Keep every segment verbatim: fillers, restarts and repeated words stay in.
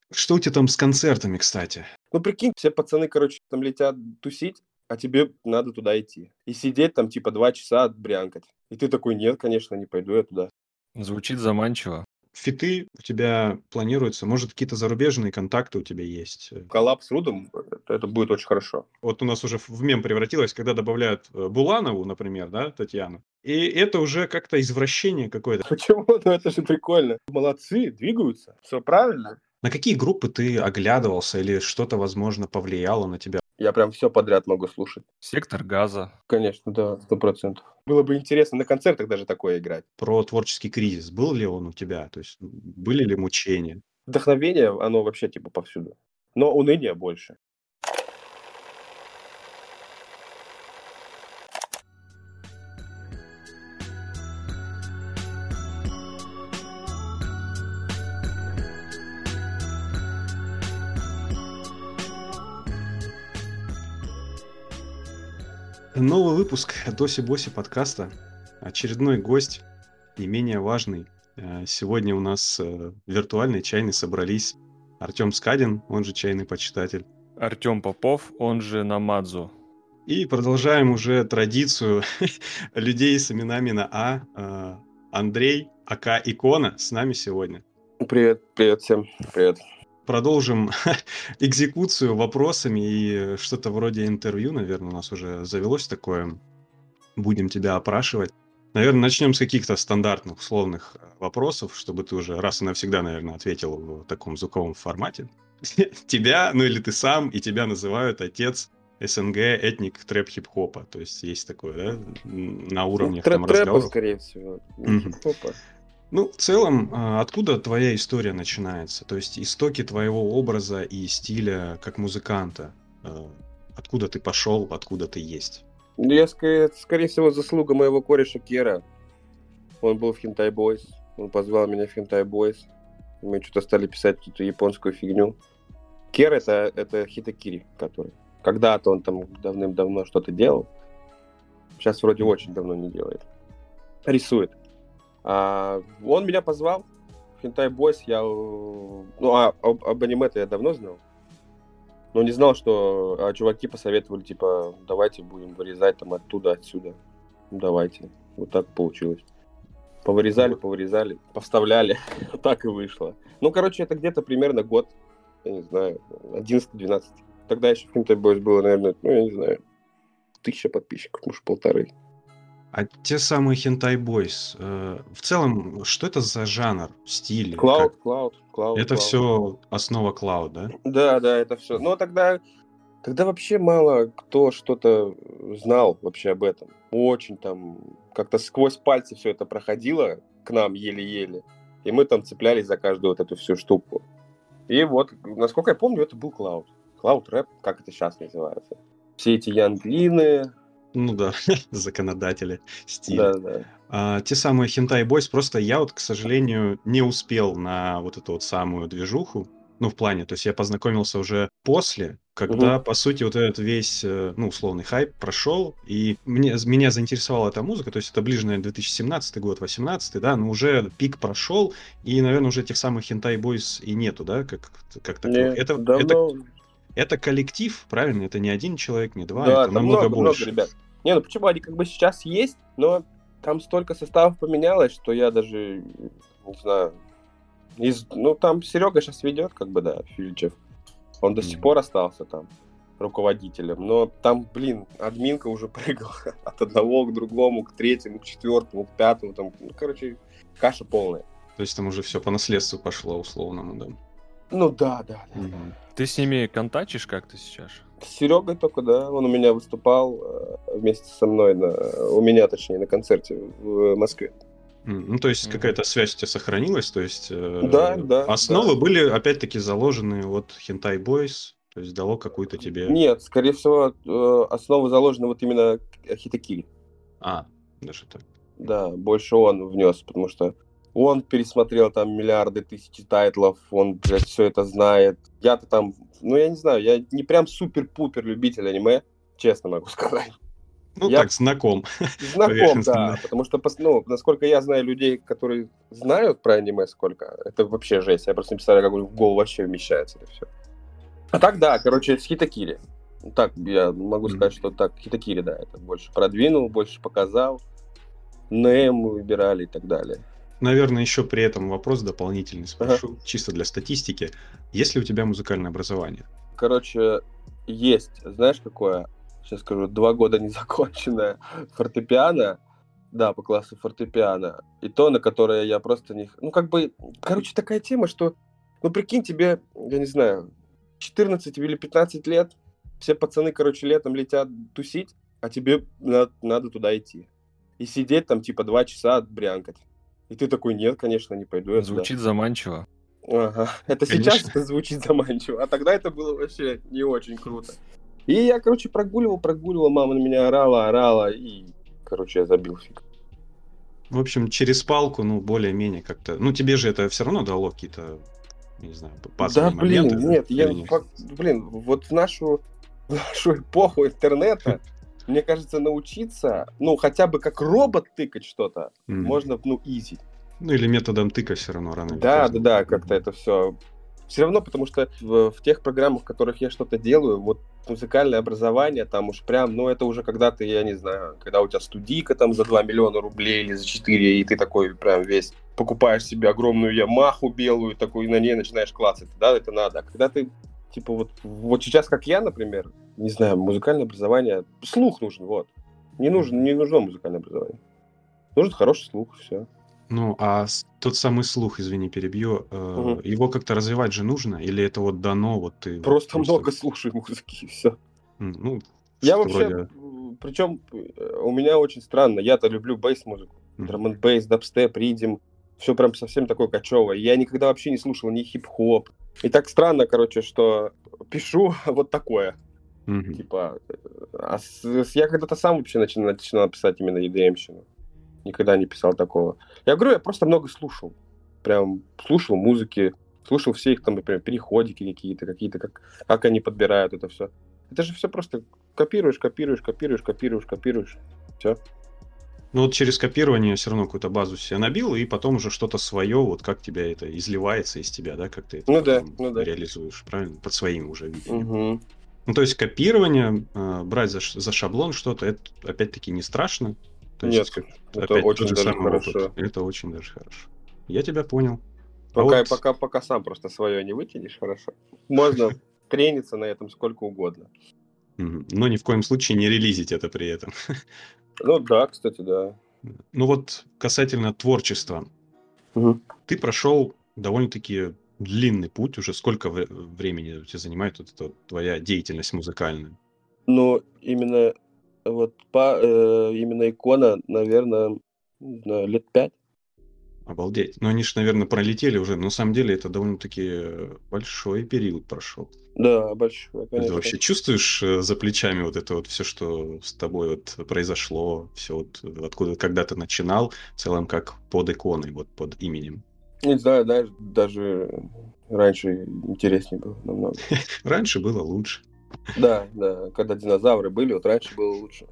Что у тебя там с концертами, кстати? Ну, прикинь, все пацаны, короче, там летят тусить, а тебе надо туда идти. И сидеть там, типа, два часа брянкать. И ты такой: нет, конечно, не пойду я туда. Звучит заманчиво. Фиты у тебя планируются? Может, какие-то зарубежные контакты у тебя есть? Коллаб с Рудом, это, это будет очень хорошо. Вот у нас уже в мем превратилось, когда добавляют э, Буланову, например, да, Татьяну. И это уже как-то извращение какое-то. Почему? Ну, это же прикольно. Молодцы, двигаются, все правильно. На какие группы ты оглядывался или что-то, возможно, повлияло на тебя? Я прям все подряд могу слушать. Сектор газа. Конечно, да, сто процентов. Было бы интересно на концертах даже такое играть. Про творческий кризис. Был ли он у тебя? То есть были ли мучения? Вдохновение, оно вообще типа повсюду. Но уныния больше. Новый выпуск Доси-Боси подкаста. Очередной гость, не менее важный. Э, Сегодня у нас э, в виртуальной чайной собрались Артем Скадин, он же чайный почитатель. Артем Попов, он же Намадзу. И продолжаем уже традицию людей с именами на А. Э, Андрей, АК Икона, с нами сегодня. Привет, привет всем, привет. Продолжим экзекуцию вопросами и что-то вроде интервью, наверное, у нас уже завелось такое. Будем тебя опрашивать. Наверное, начнем с каких-то стандартных, условных вопросов, чтобы ты уже раз и навсегда, наверное, ответил в таком звуковом формате. Тебя, ну или ты сам, и тебя называют отец СНГ этник трэп-хип-хопа. То есть есть такое, да, на уровнях ну, там трэпа, разговоров. скорее всего. Мгм. Хип-хопа. Ну, в целом, а, откуда твоя история начинается? То есть истоки твоего образа и стиля как музыканта. А, Откуда ты пошел, откуда ты есть? Ну, Я, скорее, скорее всего, заслуга моего кореша Кера. Он был в Hentai Boys. Он позвал меня в Hentai Boys. Мы что-то стали писать эту японскую фигню. Кер это, это Хитакири, который. Когда-то он там давным-давно что-то делал. Сейчас вроде очень давно не делает. Рисует. А, он меня позвал в Hentai Boys. Я, ну, а, об, об аниме-то я давно знал. Но не знал, что а, чуваки посоветовали, типа, давайте будем вырезать там оттуда, отсюда. Ну, давайте. Вот так получилось. Повырезали, повырезали, повставляли. Так и вышло. Ну, короче, это где-то примерно год, я не знаю, одиннадцать-двенадцать. Тогда еще в Hentai Boys было, наверное, ну, я не знаю, тысяча подписчиков, может, полторы. А те самые Hentai Boys, э, в целом, что это за жанр, стиль? Клауд, Как? клауд, клауд. Это клауд. все основа клауд, да? Да, да, это все. Но тогда, тогда вообще мало кто что-то знал вообще об этом. Очень там как-то сквозь пальцы все это проходило к нам еле-еле. И мы там цеплялись за каждую вот эту всю штуку. И вот, насколько я помню, это был клауд. Клауд рэп, как это сейчас называется. Все эти янглины. Ну да, законодатели стиля. Да, да. А, те самые Hentai Boys, просто я вот, к сожалению, не успел на вот эту вот самую движуху. Ну, в плане, то есть я познакомился уже после, когда, Мгм. по сути, вот этот весь, э, ну, условный хайп прошел, и мне, меня заинтересовала эта музыка, то есть это ближе, наверное, две тысячи семнадцатый год, восемнадцатый, да, но уже пик прошел, и, наверное, уже тех самых Hentai Boys и нету, да, как, как таковых. Не, Это, это, давно. это коллектив, правильно? Это не один человек, не два, Да, это там намного много, много больше. ребят. Не, ну почему они как бы сейчас есть, но там столько составов поменялось, что я даже не знаю. Из, ну там Серега сейчас ведет, как бы, да, Фильчев. Он до сих Мгм. пор остался там руководителем, но там, блин, админка уже прыгала от одного к другому, к третьему, к четвертому, к пятому, там, ну, короче, каша полная. То есть там уже все по наследству пошло условному, да. Ну да, да, да. Мгм. Ты с ними контачишь как-то сейчас? С Серегой только, да, он у меня выступал э, вместе со мной, на, у меня, точнее, на концерте в Москве. М, Ну, то есть Мгм. какая-то связь у тебя сохранилась, то есть э, Да, да, основы да. были опять-таки заложены от Hentai Boys, то есть дало какую-то тебе... Нет, скорее всего, э, основа заложена вот именно Хитакири. А, даже так. Да, больше он внес, потому что он пересмотрел там миллиарды тысяч тайтлов, он, блядь, все это знает. Я-то там, ну, я не знаю, я не прям супер-пупер любитель аниме, честно могу сказать. Ну, Я так, знаком. знаком, Поверхностно, да, да. потому что, пос- ну, насколько я знаю людей, которые знают про аниме сколько, это вообще жесть. Я просто не представляю, как у них в голову вообще вмещается это все. А так, да, короче, это Хитакири. Так, я могу Мгм. сказать, что так, Хитакири, да, это больше продвинул, больше показал. Нэм мы выбирали и так далее. Наверное, еще при этом вопрос дополнительный Ага. спрошу, чисто для статистики. Есть ли у тебя музыкальное образование? Короче, есть, знаешь, какое? Сейчас скажу, два года незаконченное фортепиано. Да, по классу фортепиано. И то, на которое я просто не... Ну, как бы, короче, такая тема, что... Ну, прикинь, тебе, я не знаю, четырнадцать или пятнадцать лет, все пацаны, короче, летом летят тусить, а тебе на- надо туда идти. И сидеть там, типа, два часа брянкать. И ты такой, нет, конечно, не пойду я туда. Звучит заманчиво. Ага. Это сейчас Конечно. это звучит заманчиво, а тогда это было вообще не очень круто. И я, короче, прогуливал, прогуливал, мама на меня орала, орала, и, короче, я забил фиг. В общем, через палку, ну, более-менее как-то... Ну, тебе же это все равно дало какие-то, не знаю, базовые Да, блин, моменты, да? нет, я, Или нет? фак- блин, вот в нашу, в нашу эпоху интернета, мне кажется, научиться, ну, хотя бы как робот тыкать что-то, М. можно, ну, изи. Ну, или методом тыка все равно рано или Да, да, поздно. да, как-то это все. Все равно, потому что в, в тех программах, в которых я что-то делаю, вот музыкальное образование, там уж прям, ну это уже когда ты, я не знаю, когда у тебя студийка там за два миллиона рублей или за четыре, и ты такой прям весь покупаешь себе огромную Ямаху белую, такой, и на ней начинаешь клацать, да, это надо. А когда ты, типа вот, вот сейчас, как я, например, не знаю, музыкальное образование, слух нужен, вот. Не нужен, не нужно музыкальное образование. Нужен хороший слух, все. Ну, а с- тот самый слух, извини, перебью, э, Мгм. его как-то развивать же нужно? Или это вот дано, вот ты вот Просто просто... много слушаю музыки, и все. м, Ну, Я что-то вообще, вроде... причем у меня очень странно, я-то люблю бейс-музыку, Мгм. драм энд бейс, дабстеп, ридим, все прям совсем такое кочевое. Я никогда вообще не слушал ни хип-хоп. И так странно, короче, что пишу вот такое. Мгм. Типа, э, а с- с- я когда-то сам вообще начинал, начинал писать именно и ди эм-щину. Никогда не писал такого. Я говорю, я просто много слушал. Прям слушал музыки, слушал все их там, например, переходики какие-то, какие-то, как, как они подбирают это все. Это же все просто копируешь, копируешь, копируешь, копируешь, копируешь. Все. Ну, вот через копирование все равно какую-то базу себе набил, и потом уже что-то свое, вот как тебя это изливается из тебя, да, как ты это Ну да, потом ну да. реализуешь, правильно? Под своим уже видением. Мгм. Ну, то есть копирование, э, брать за, ш- за шаблон что-то, это опять-таки не страшно. То Нет, есть, как, это опять тот очень же даже самый опыт. хорошо. Это очень даже хорошо. Я тебя понял. А Пока, вот, пока, пока сам просто свое не вытянешь, хорошо. Можно трениться на этом сколько угодно. мгм, но ни в коем случае не релизить это при этом. Ну да, кстати, да. Ну вот касательно творчества. Мгм. Ты прошел довольно-таки длинный путь уже. Сколько вре- времени у тебя занимает вот эта вот твоя деятельность музыкальная? Ну, именно вот по, э, именно икона, наверное, не знаю, лет пять. Обалдеть. Ну, они же, наверное, пролетели уже. Но на самом деле это довольно-таки э, большой период прошел. Да, большое, Ты конечно. вообще чувствуешь э, за плечами вот это вот все, что с тобой вот произошло, все вот э, откуда, когда ты начинал, в целом как под иконой, вот под именем? Не знаю, знаешь, даже раньше интереснее было намного. Раньше было лучше. Да, да, когда динозавры были, вот раньше было лучше.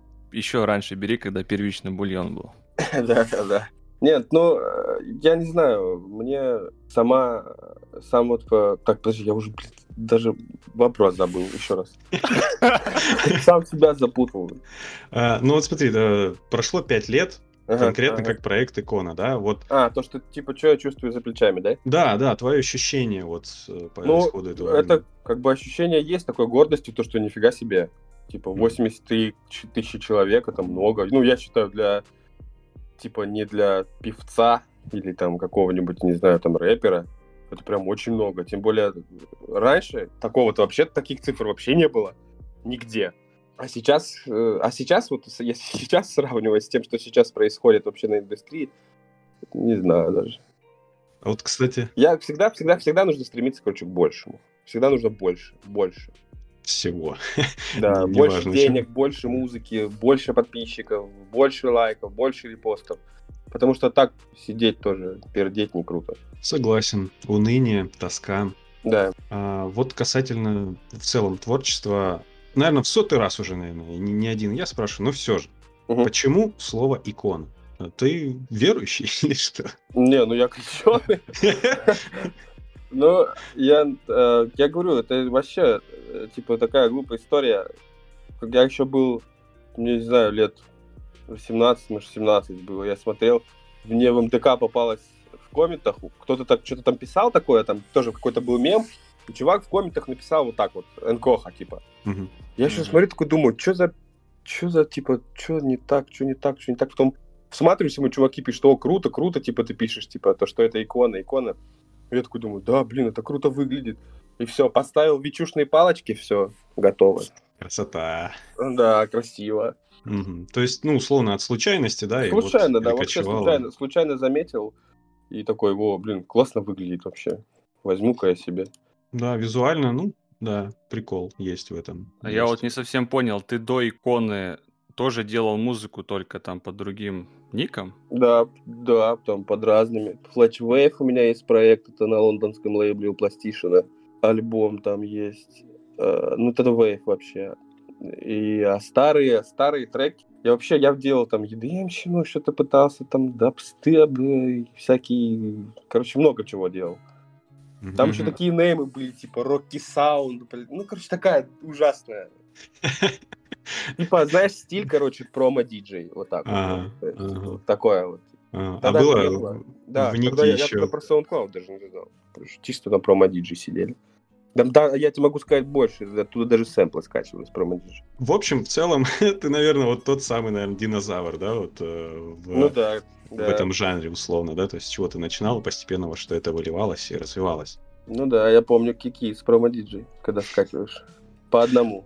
Еще раньше бери, когда первичный бульон был. Да, да, да. Нет, ну, э, я не знаю, мне сама, э, сам вот, по- так, подожди, я уже, блин, даже вопрос забыл, еще раз. Сам себя запутал. А, ну вот смотри, да, прошло пять лет, Ага, конкретно ага. как проект икона, да, вот. А, то, что, типа, что я чувствую за плечами, да? Да, да, твое ощущение вот э, по Ну, исходу этого это, времени. как бы, ощущение есть такой гордости, то, что нифига себе. Типа, Мгм. восемьдесят три ч- тысячи человек, это много. Ну, я считаю, для, типа, не для певца или там какого-нибудь, не знаю, там, рэпера. Это прям очень много. Тем более, раньше такого-то вообще, таких цифр вообще не было. Нигде. А сейчас, э, а сейчас, вот, с- если сейчас сравнивать с тем, что сейчас происходит вообще на индустрии, не знаю даже. А вот, кстати, Я всегда, всегда, всегда нужно стремиться, короче, к большему. Всегда нужно больше, больше. всего. Да, Не- больше неважно, денег, чё. больше музыки, больше подписчиков, больше лайков, больше репостов. Потому что так сидеть тоже, пердеть не круто. Согласен. Уныние, тоска. Да. А вот касательно в целом творчества, наверное, в сотый раз уже, наверное, не, не один я спрашиваю, но все же. Мгм. Почему слово икона? Ты верующий или что? Не, ну я крещеный. Ну, я, э, я говорю, это вообще, э, типа, такая глупая история. Как я еще был, не знаю, лет восемнадцать, может, семнадцать было, я смотрел, мне в эм тэ ка попалось в комментах, кто-то так что-то там писал такое, там тоже какой-то был мем, и чувак в комментах написал вот так вот, энкоха, типа. Мгм. Я еще Мгм. смотрю, такой думаю, что за, что за, типа, что не так, что не так, что не так. Потом всматриваюсь, ему чуваки пишут, о, круто, круто, типа, ты пишешь, типа, то, что это икона, икона. Я такой думаю, да, блин, это круто выглядит. И все, поставил вичушные палочки, все, готово. Красота. Да, красиво. Мгм. То есть, ну, условно, от случайности, да, и вот Случайно, да, вообще перекочевало. случайно, случайно заметил. И такой, о, блин, классно выглядит вообще. Возьму-ка я себе. Да, визуально, ну, да, прикол есть в этом. А я вот Есть. не совсем понял, ты до иконы тоже делал музыку только там под другим ником? Да, да, там под разными. Flash Wave у меня есть проект, это на лондонском лейбле у Пластишина. Альбом там есть. Э, ну, это Wave вообще. И а старые, старые треки. Я вообще, я делал там едемщину, что-то пытался, там дабстеп, э, всякие, короче, много чего делал. Там еще Мгм. такие неймы были, типа Rocky Sound, блин. Ну, короче, такая ужасная. Типа, знаешь, стиль, короче, промо-диджей, вот так вот. Ага, То есть, типа, ага. вот такое вот. А а Тогда это не было было. в Да, в тогда нике я, я тогда еще про SoundCloud даже не знал. Короче, чисто там промо-диджей сидели. Да, да, я тебе могу сказать больше, оттуда даже сэмплы скачивались промо-диджей. В общем, в целом, ты, наверное, вот тот самый, наверное, динозавр, да, вот э, Ну в, да, в да. этом жанре, условно, да, то есть с чего ты начинал, и постепенно во что это выливалось и развивалось. Ну да, я помню кики с промо-диджей, когда скачиваешь. По одному.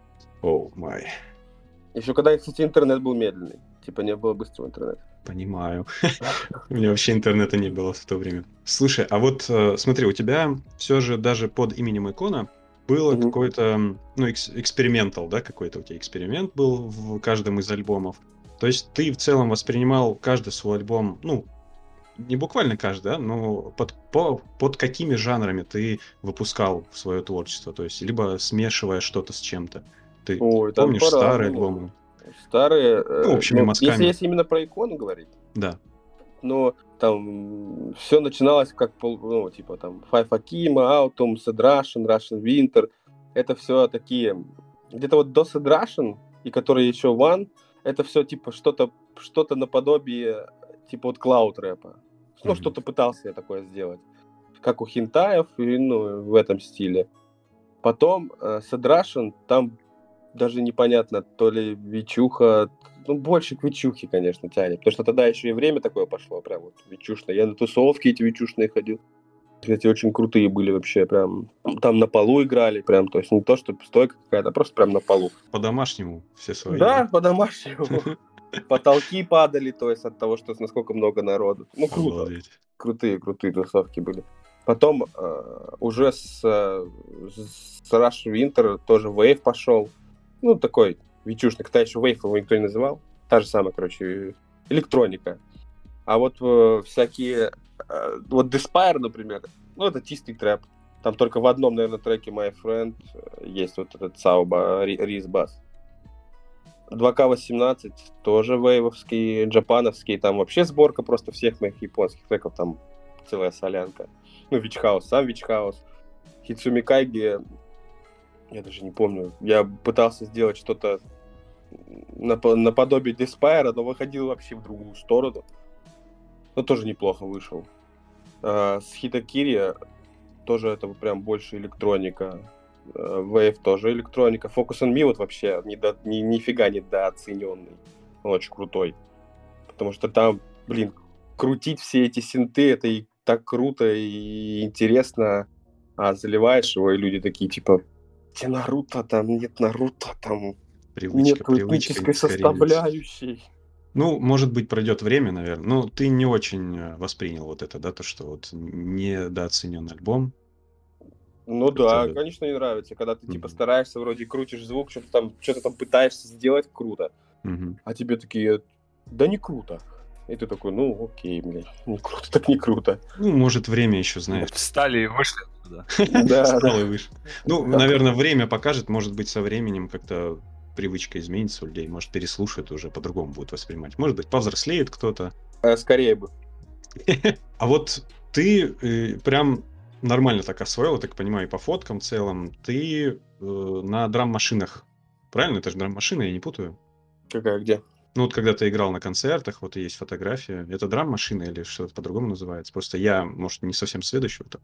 Оу, май, Еще когда, кстати, интернет был медленный. Типа не было быстрого интернета. понимаю. У меня вообще интернета не было в то время. Слушай, а вот э, смотри, у тебя все же даже под именем Икона было Мгм. какой-то, м, ну, экс- экспериментал, да, какой-то у тебя эксперимент был в каждом из альбомов. То есть ты в целом воспринимал каждый свой альбом, ну, не буквально каждый, да, но под, по- под какими жанрами ты выпускал свое творчество? То есть, либо смешивая что-то с чем-то. Ты Ой, там помнишь старые по-разному. альбомы? Старые, Ну, э, общими ну, если, мазками. если именно про икону говорить, Да. но там все начиналось как, пол- ну, типа там Five Akima, Autumn, Sad Russian, Russian Winter. Это все такие, где-то вот до Sad Russian, и который еще One, это все типа что-то что-то наподобие типа вот клауд рэпа. Ну, Мгм. что-то пытался я такое сделать. Как у Хинтаев, и, ну, в этом стиле. Потом э, Sad Russian, там даже непонятно, то ли Вичуха, ну, больше к Вичухе, конечно, тянет, потому что тогда еще и время такое пошло, прям вот Вичушное. Я на тусовки эти Вичушные ходил. Кстати, очень крутые были вообще, прям там на полу играли, прям, то есть не то, что стойка какая-то, а просто прям на полу. По-домашнему все свои, Да, по-домашнему. Потолки падали, то есть от того, что насколько много народу. Ну, круто. Обалдеть. Крутые, крутые тусовки были. Потом э, уже с, э, с Rush Winter тоже Wave пошел. Ну, такой вичушный. Когда еще Wave его никто не называл. Та же самая, короче, электроника. А вот э, всякие... Э, вот Despire, например, ну, это чистый трэп. Там только в одном, наверное, треке My Friend э, есть вот этот Сауба, Риз Бас. два ка восемнадцать тоже вейвовский, джапановский. Там вообще сборка просто всех моих японских треков. Там целая солянка. Ну, Вичхаус, сам Вичхаус. Хицуми Кайги, я даже не помню. Я пытался сделать что-то наподобие Despire, но выходил вообще в другую сторону. Но тоже неплохо вышел. А, с Хитакири тоже это прям больше электроника. Wave тоже электроника. Focus on Me вот вообще недо, ни, нифига недооцененный. Он очень крутой. Потому что там, блин, крутить все эти синты, это и так круто и интересно. А заливаешь его, и люди такие, типа, где Наруто, там нет Наруто, там Привычка, нет привычка этнической искоренится. составляющей. Ну, может быть, пройдет время, наверное. Но ты не очень э, воспринял вот это, да, то, что вот недооценен альбом. Ну да, Это... конечно, не нравится, когда ты, типа, Мгм. стараешься, вроде крутишь звук, что-то там, что-то там пытаешься сделать круто, Мгм. а тебе такие, да не круто. И ты такой, ну, окей, блядь, не круто, так не круто. Ну, может, время еще, знаешь. Встали и вышли оттуда. Да, Встал да. и вышел. Ну, наверное, время покажет, может быть, со временем как-то привычка изменится у людей, может, переслушают уже, по-другому будут воспринимать. Может быть, повзрослеет кто-то. А, Скорее бы. А вот ты э, прям нормально так освоил, я так понимаю, и по фоткам в целом. Ты э, на драм-машинах, правильно? Это же драм-машина, я не путаю. Какая, где? Ну, вот когда ты играл на концертах, вот и есть фотография. Это драм-машина или что-то по-другому называется? Просто я, может, не совсем следующий в этом.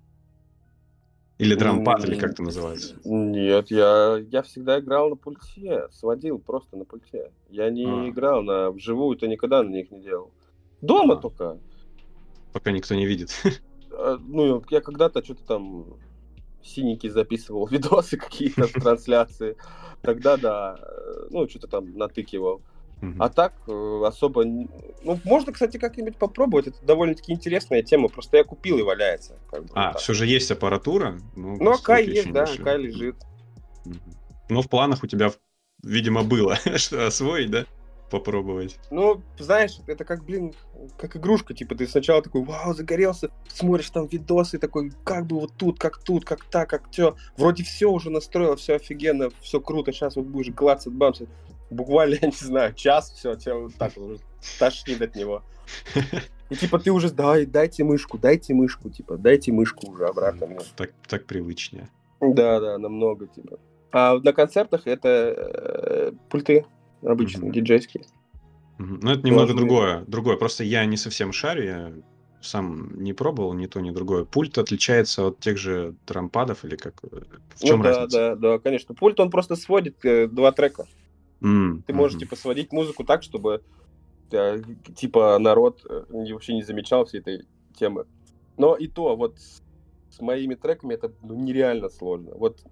Или драм-пад, или как это называется? Нет, я, я всегда играл на пульте, сводил просто на пульте. Я не А. играл на вживую-то никогда на них не делал. Дома А. только. Пока никто не видит. А, Ну, я когда-то что-то там синенький записывал видосы какие-то в трансляции. Тогда, да, э, ну, что-то там натыкивал. Мгм. А так э, особо... не- Ну, можно, кстати, как-нибудь попробовать. Это довольно-таки интересная тема. Просто я купил и валяется. Как бы, вот А, так. все же есть аппаратура. Ну, Ну, Акай звуки есть, очень да, большие. Акай лежит. Мгм. Но в планах у тебя, видимо, было, что освоить, да? Попробовать. Ну, знаешь, это как, блин, как игрушка. Типа, ты сначала такой, вау, загорелся, смотришь там видосы, такой, как бы вот тут, как тут, как так, как все. Вроде все уже настроил, все офигенно, все круто. Сейчас вот будешь клацать, бамсить. Буквально, я не знаю, час, все, тебя вот так вот уже тошнит от него. И типа ты уже, дай, дайте мышку, дайте мышку, типа, дайте мышку уже обратно мне. Так, так привычнее. Да, да, намного, типа. А на концертах это э, пульты обычные, Мгм. диджейские. Мгм. Ну, это немного Сложнее. другое. Другое. Просто я не совсем шарю, я сам не пробовал ни то, ни другое. Пульт отличается от тех же трампадов или как? э, В Ну чем да, разница? да, да, конечно. Пульт, он просто сводит э, два трека. М, Ты можешь, мгм. типа, сводить музыку так, чтобы, э, типа, народ э, не- вообще не замечал всей этой темы. Но и то, вот с с моими треками это ну, нереально сложно. Вот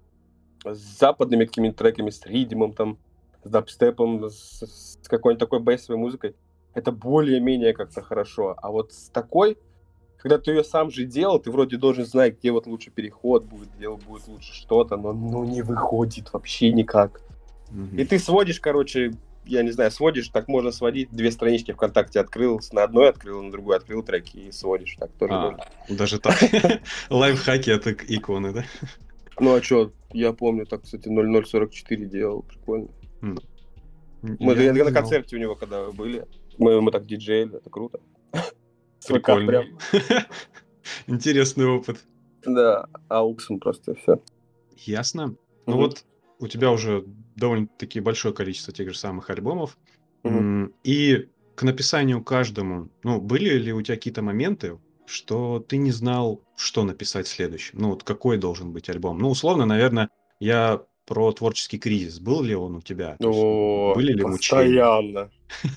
с западными какими-то треками, с ридимом, там, с дабстепом, с, с какой-нибудь такой бейсовой музыкой, это более-менее как-то хорошо. А вот с такой, когда ты ее сам же делал, ты вроде должен знать, где вот лучше переход будет, где будет лучше что-то, но ну, не выходит вообще никак. Мгм. И ты сводишь, короче, я не знаю, сводишь, так можно сводить, две странички ВКонтакте открыл, на одной открыл, на другой открыл треки и сводишь, так тоже А, можно. даже так. Лайфхаки от ик- иконы, да? Ну а что, я помню, так, кстати, ноль ноль сорок четыре делал, прикольно. М. Мы Я я не на знал. концерте у него когда были, мы, мы так диджеили, это круто. С ВК Прикольно. прям, Интересный опыт. да, ауксом просто все. Ясно. Ну вот у тебя уже довольно-таки большое количество тех же самых альбомов. М, И к написанию каждому, ну, были ли у тебя какие-то моменты, что ты не знал, что написать следующим? Ну, вот какой должен быть альбом? Ну, условно, наверное, я про творческий кризис. Был ли он у тебя? То есть О, были ли мучения? постоянно.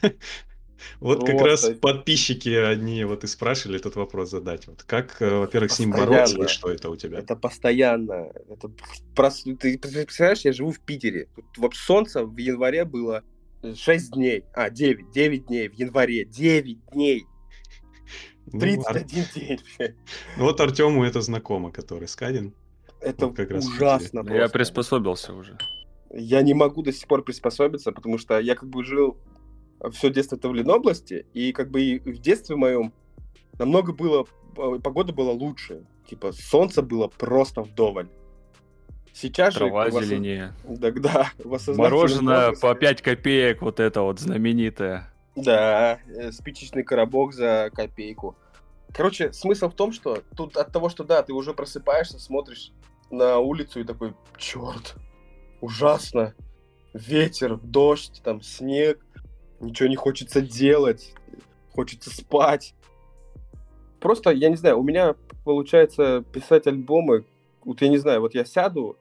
Вот как раз Просто подписчики одни вот и спрашивали этот вопрос задать. Вот как, э, во-первых, с ним бороться и постоянно. что это у тебя? Это постоянно. Это прос- Ты представляешь, я живу в Питере. Тут вот солнце в январе было шесть дней. А, девять. девять дней в январе. девять дней. Ну, тридцать Ар- один день. вообще. ну, вот Артему это знакомо, который Скадин. Это Вот как раз в ужасно Ну, Я просто. приспособился уже. Я не могу до сих пор приспособиться, потому что я как бы жил все детство в Ленобласти, и как бы и в детстве моем намного было, э, погода была лучше. Типа солнце было просто вдоволь. Сейчас же... Трава в осоз- зеленее. Да, да, в осознательном Мороженое возрасте- по пять копеек, вот это вот знаменитое. Да, э, спичечный коробок за копейку. Короче, смысл в том, что тут от того, что да, ты уже просыпаешься, смотришь на улицу и такой, черт, ужасно, ветер, дождь, там снег, ничего не хочется делать, хочется спать. Просто, я не знаю, у меня получается писать альбомы, вот я не знаю, вот я сяду,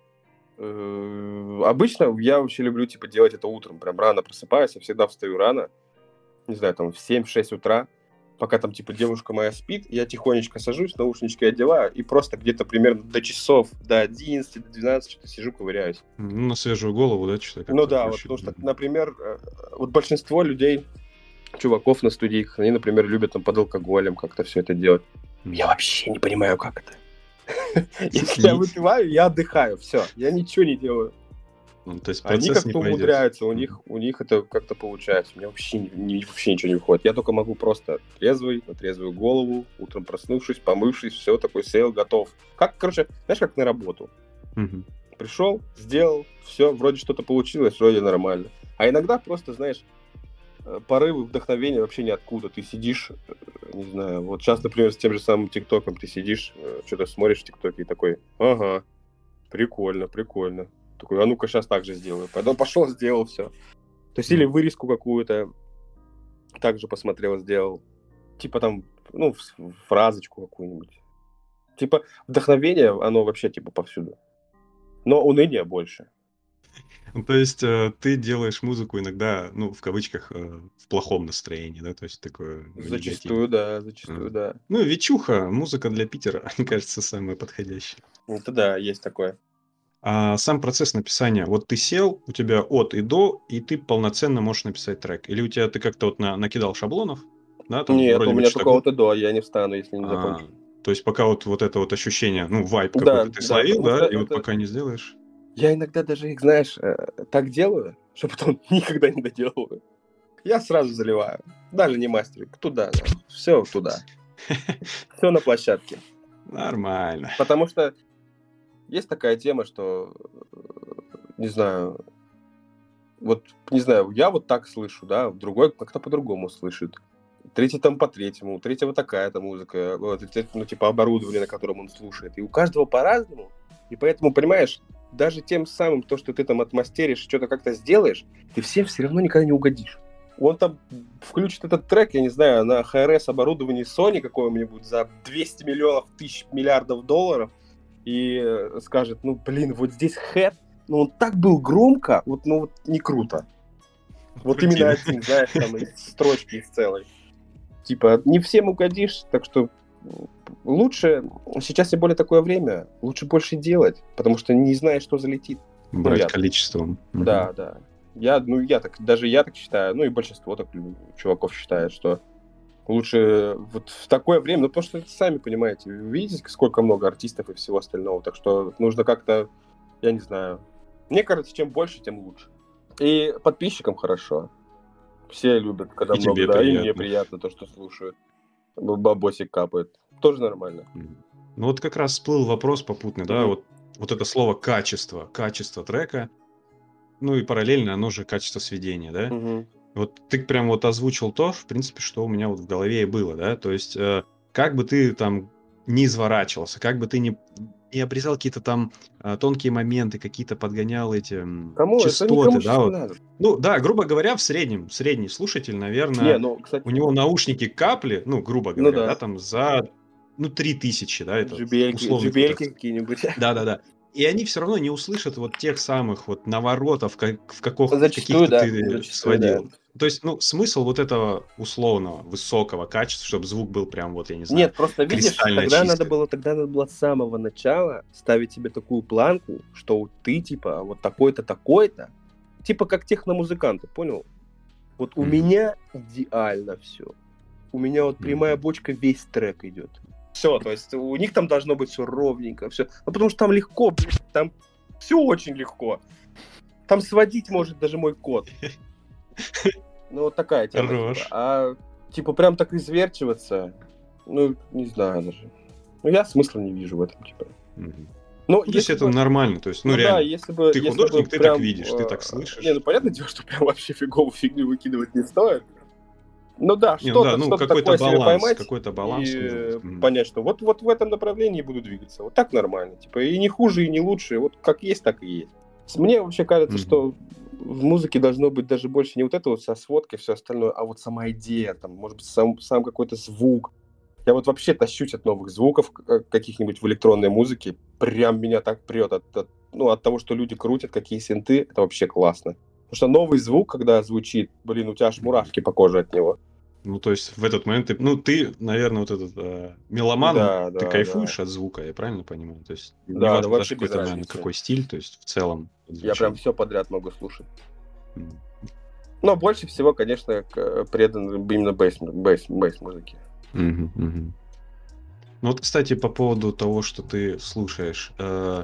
э, обычно я вообще люблю, типа, делать это утром, прям рано просыпаюсь, я всегда встаю рано, не знаю, там в семь-шесть утра, пока там, типа, девушка моя спит, я тихонечко сажусь, наушнички одеваю, и просто где-то примерно до часов, до одиннадцати, до двенадцати что-то сижу, ковыряюсь. Ну, на свежую голову, да, что-то Ну как-то да, вот, включить. потому что, например, э, вот большинство людей, чуваков на студийках, они, например, любят там под алкоголем как-то все это делать. Мгм. Я вообще не понимаю, как это. Если я выпиваю, я отдыхаю, все, я ничего не делаю. Ну, то есть Они процесс не как-то пойдет. умудряются, у Мгм. них, у них это как-то получается. У меня вообще, ни- ни- вообще ничего не выходит. Я только могу просто трезвый, на трезвую голову, утром проснувшись, помывшись, все, такой сел, готов. Как, короче, знаешь, как на работу. Мгм. Пришел, сделал, все, вроде что-то получилось, вроде нормально. А иногда просто, знаешь, э, порывы вдохновения вообще ниоткуда. Ты сидишь, э, не знаю, вот сейчас, например, с тем же самым ТикТоком ты сидишь, э, что-то смотришь в ТикТоке и такой, ага, прикольно, прикольно. Такой, а ну-ка сейчас так же сделаю. Потом пошел, сделал все. То есть или Мгм. вырезку какую-то также посмотрел, сделал. Типа там, ну, фс- фразочку какую-нибудь. Типа вдохновение, оно вообще типа повсюду. Но уныния больше. Ну, то есть э, ты делаешь музыку иногда, ну, в кавычках, э, в плохом настроении, да, то есть такое в негативе. Зачастую, да, зачастую, Мгм. да. Ну, вечуха, музыка для Питера, мне кажется, самая подходящая. Это да, есть такое. А сам процесс написания, вот ты сел, у тебя от и до, и ты полноценно можешь написать трек. Или у тебя ты как-то вот на- накидал шаблонов, да, там Нет, вроде у бы меня что-то только гру- вот и до, я не встану, если не А, закончу. то есть пока вот, вот это вот ощущение, ну, вайп Да, какой-то ты да, словил, потому да, что и вот это... пока не сделаешь. Я иногда даже их, знаешь, э, так делаю, что потом никогда не доделываю. Я сразу заливаю. Даже не мастеринг. Туда, все туда. Все на площадке. Нормально. Потому что есть такая тема, что, э, не знаю, вот, не знаю, я вот так слышу, да, другой как-то по-другому слышит. Третий там по третьему, у третьего такая-то музыка, вот, и третий, ну, типа оборудование, на котором он слушает. И у каждого по-разному. И поэтому, понимаешь, даже тем самым, то, что ты там отмастеришь, что-то как-то сделаешь, ты всем все равно никогда не угодишь. Он там включит этот трек, я не знаю, на эйч ар эс оборудовании Sony какого-нибудь за двести миллионов тысяч миллиардов долларов и э, скажет, ну, блин, вот здесь хэт, ну, он так был громко, вот, ну, вот не круто. Вот Крути. именно один, знаешь, там из строчки из целой. Типа, не всем угодишь, так что лучше, сейчас тем более такое время, лучше больше делать, потому что не знаешь, что залетит. Брать я- количеством. Мгм. Да, да. Я, ну, я так, даже я так считаю, ну и большинство так ну, чуваков считает, что лучше вот в такое время, ну потому что сами понимаете, видите, сколько много артистов и всего остального, так что нужно как-то, я не знаю, мне кажется, чем больше, тем лучше. И подписчикам хорошо. Все любят, когда И много, тебе да, и приятно. мне приятно то, что слушают. Бабосик капает. Тоже нормально. Мгм. Ну вот как раз всплыл вопрос попутный, да, Мгм. вот, вот это слово качество, качество трека, ну и параллельно оно же качество сведения, да? Мгм. Вот ты прям вот озвучил то, в принципе, что у меня вот в голове и было, да, то есть э, как бы ты там не изворачивался, как бы ты не, не обрезал какие-то там э, тонкие моменты, какие-то подгонял эти м, Кому? Это частоты, никому да, сейчас не вот. надо. Ну да, грубо говоря, в среднем, средний слушатель, Не, наверное, ну, кстати, у него наушники капли, ну, грубо ну говоря, да, да. там за, ну, три тысячи, да, это Джибельки, условный какой-то. джибельки какие-нибудь. Да-да-да. И они все равно не услышат вот тех самых вот наворотов, как, в, каких, в Зачастую, каких-то да. ты Зачастую, да. сводил. То есть, ну, смысл вот этого условного, высокого качества, чтобы звук был прям вот, я не знаю, Нет, просто видишь, кристально тогда надо чистый. было, тогда надо было с самого начала ставить себе такую планку, что ты типа вот такой-то, такой-то, типа как техномузыканты, понял? Вот у Мгм. меня идеально все. У меня вот прямая Мгм. бочка, весь трек идет. Все, то есть у них там должно быть все ровненько, все. Ну потому что там легко, блин, там все очень легко. Там сводить может даже мой кот. Ну вот такая тема. Хорош. Типа. А типа прям так изверчиваться, ну не знаю даже. Ну я смысла не вижу в этом, типа. Мгм. Но Ну, то есть если это бы, нормально, то есть, ну, ну да, реально, если бы, ты если художник, бы ты прям, так видишь, ты так э, слышишь. Не, ну понятное дело, что прям вообще фиговую фигню выкидывать не стоит. Ну да, Не, ну да, что-то, ну, что-то какой-то такое себе баланс, поймать какой-то баланс и нужен. э, Мгм. понять, что вот, вот в этом направлении буду двигаться. Вот так нормально. Типа и не хуже, и не лучше. Вот как есть, так и есть. Мне вообще кажется, Мгм. что в музыке должно быть даже больше не вот это вот со сводкой, все остальное, а вот сама идея, там, может быть, сам, сам какой-то звук. Я вот вообще тащусь от новых звуков к- каких-нибудь в электронной музыке. Прям меня так прет от, от- ну, от того, что люди крутят, какие синты. Это вообще классно. Потому что новый звук, когда звучит, блин, у тебя аж Мгм. мурашки по коже от него. Ну, то есть в этот момент ты, ну, ты, наверное, вот этот э, меломан, Да, ты да, кайфуешь да. от звука, я правильно понимаю? То есть Да, да, неважно даже вообще без какой-то, наверное, разницы. какой стиль, то есть в целом Я звучание. прям все подряд могу слушать. Мгм. Но больше всего, конечно, к- предан именно бейс, бейс, бейс музыке. Мгм, мгм. Ну вот, кстати, по поводу того, что ты слушаешь. э,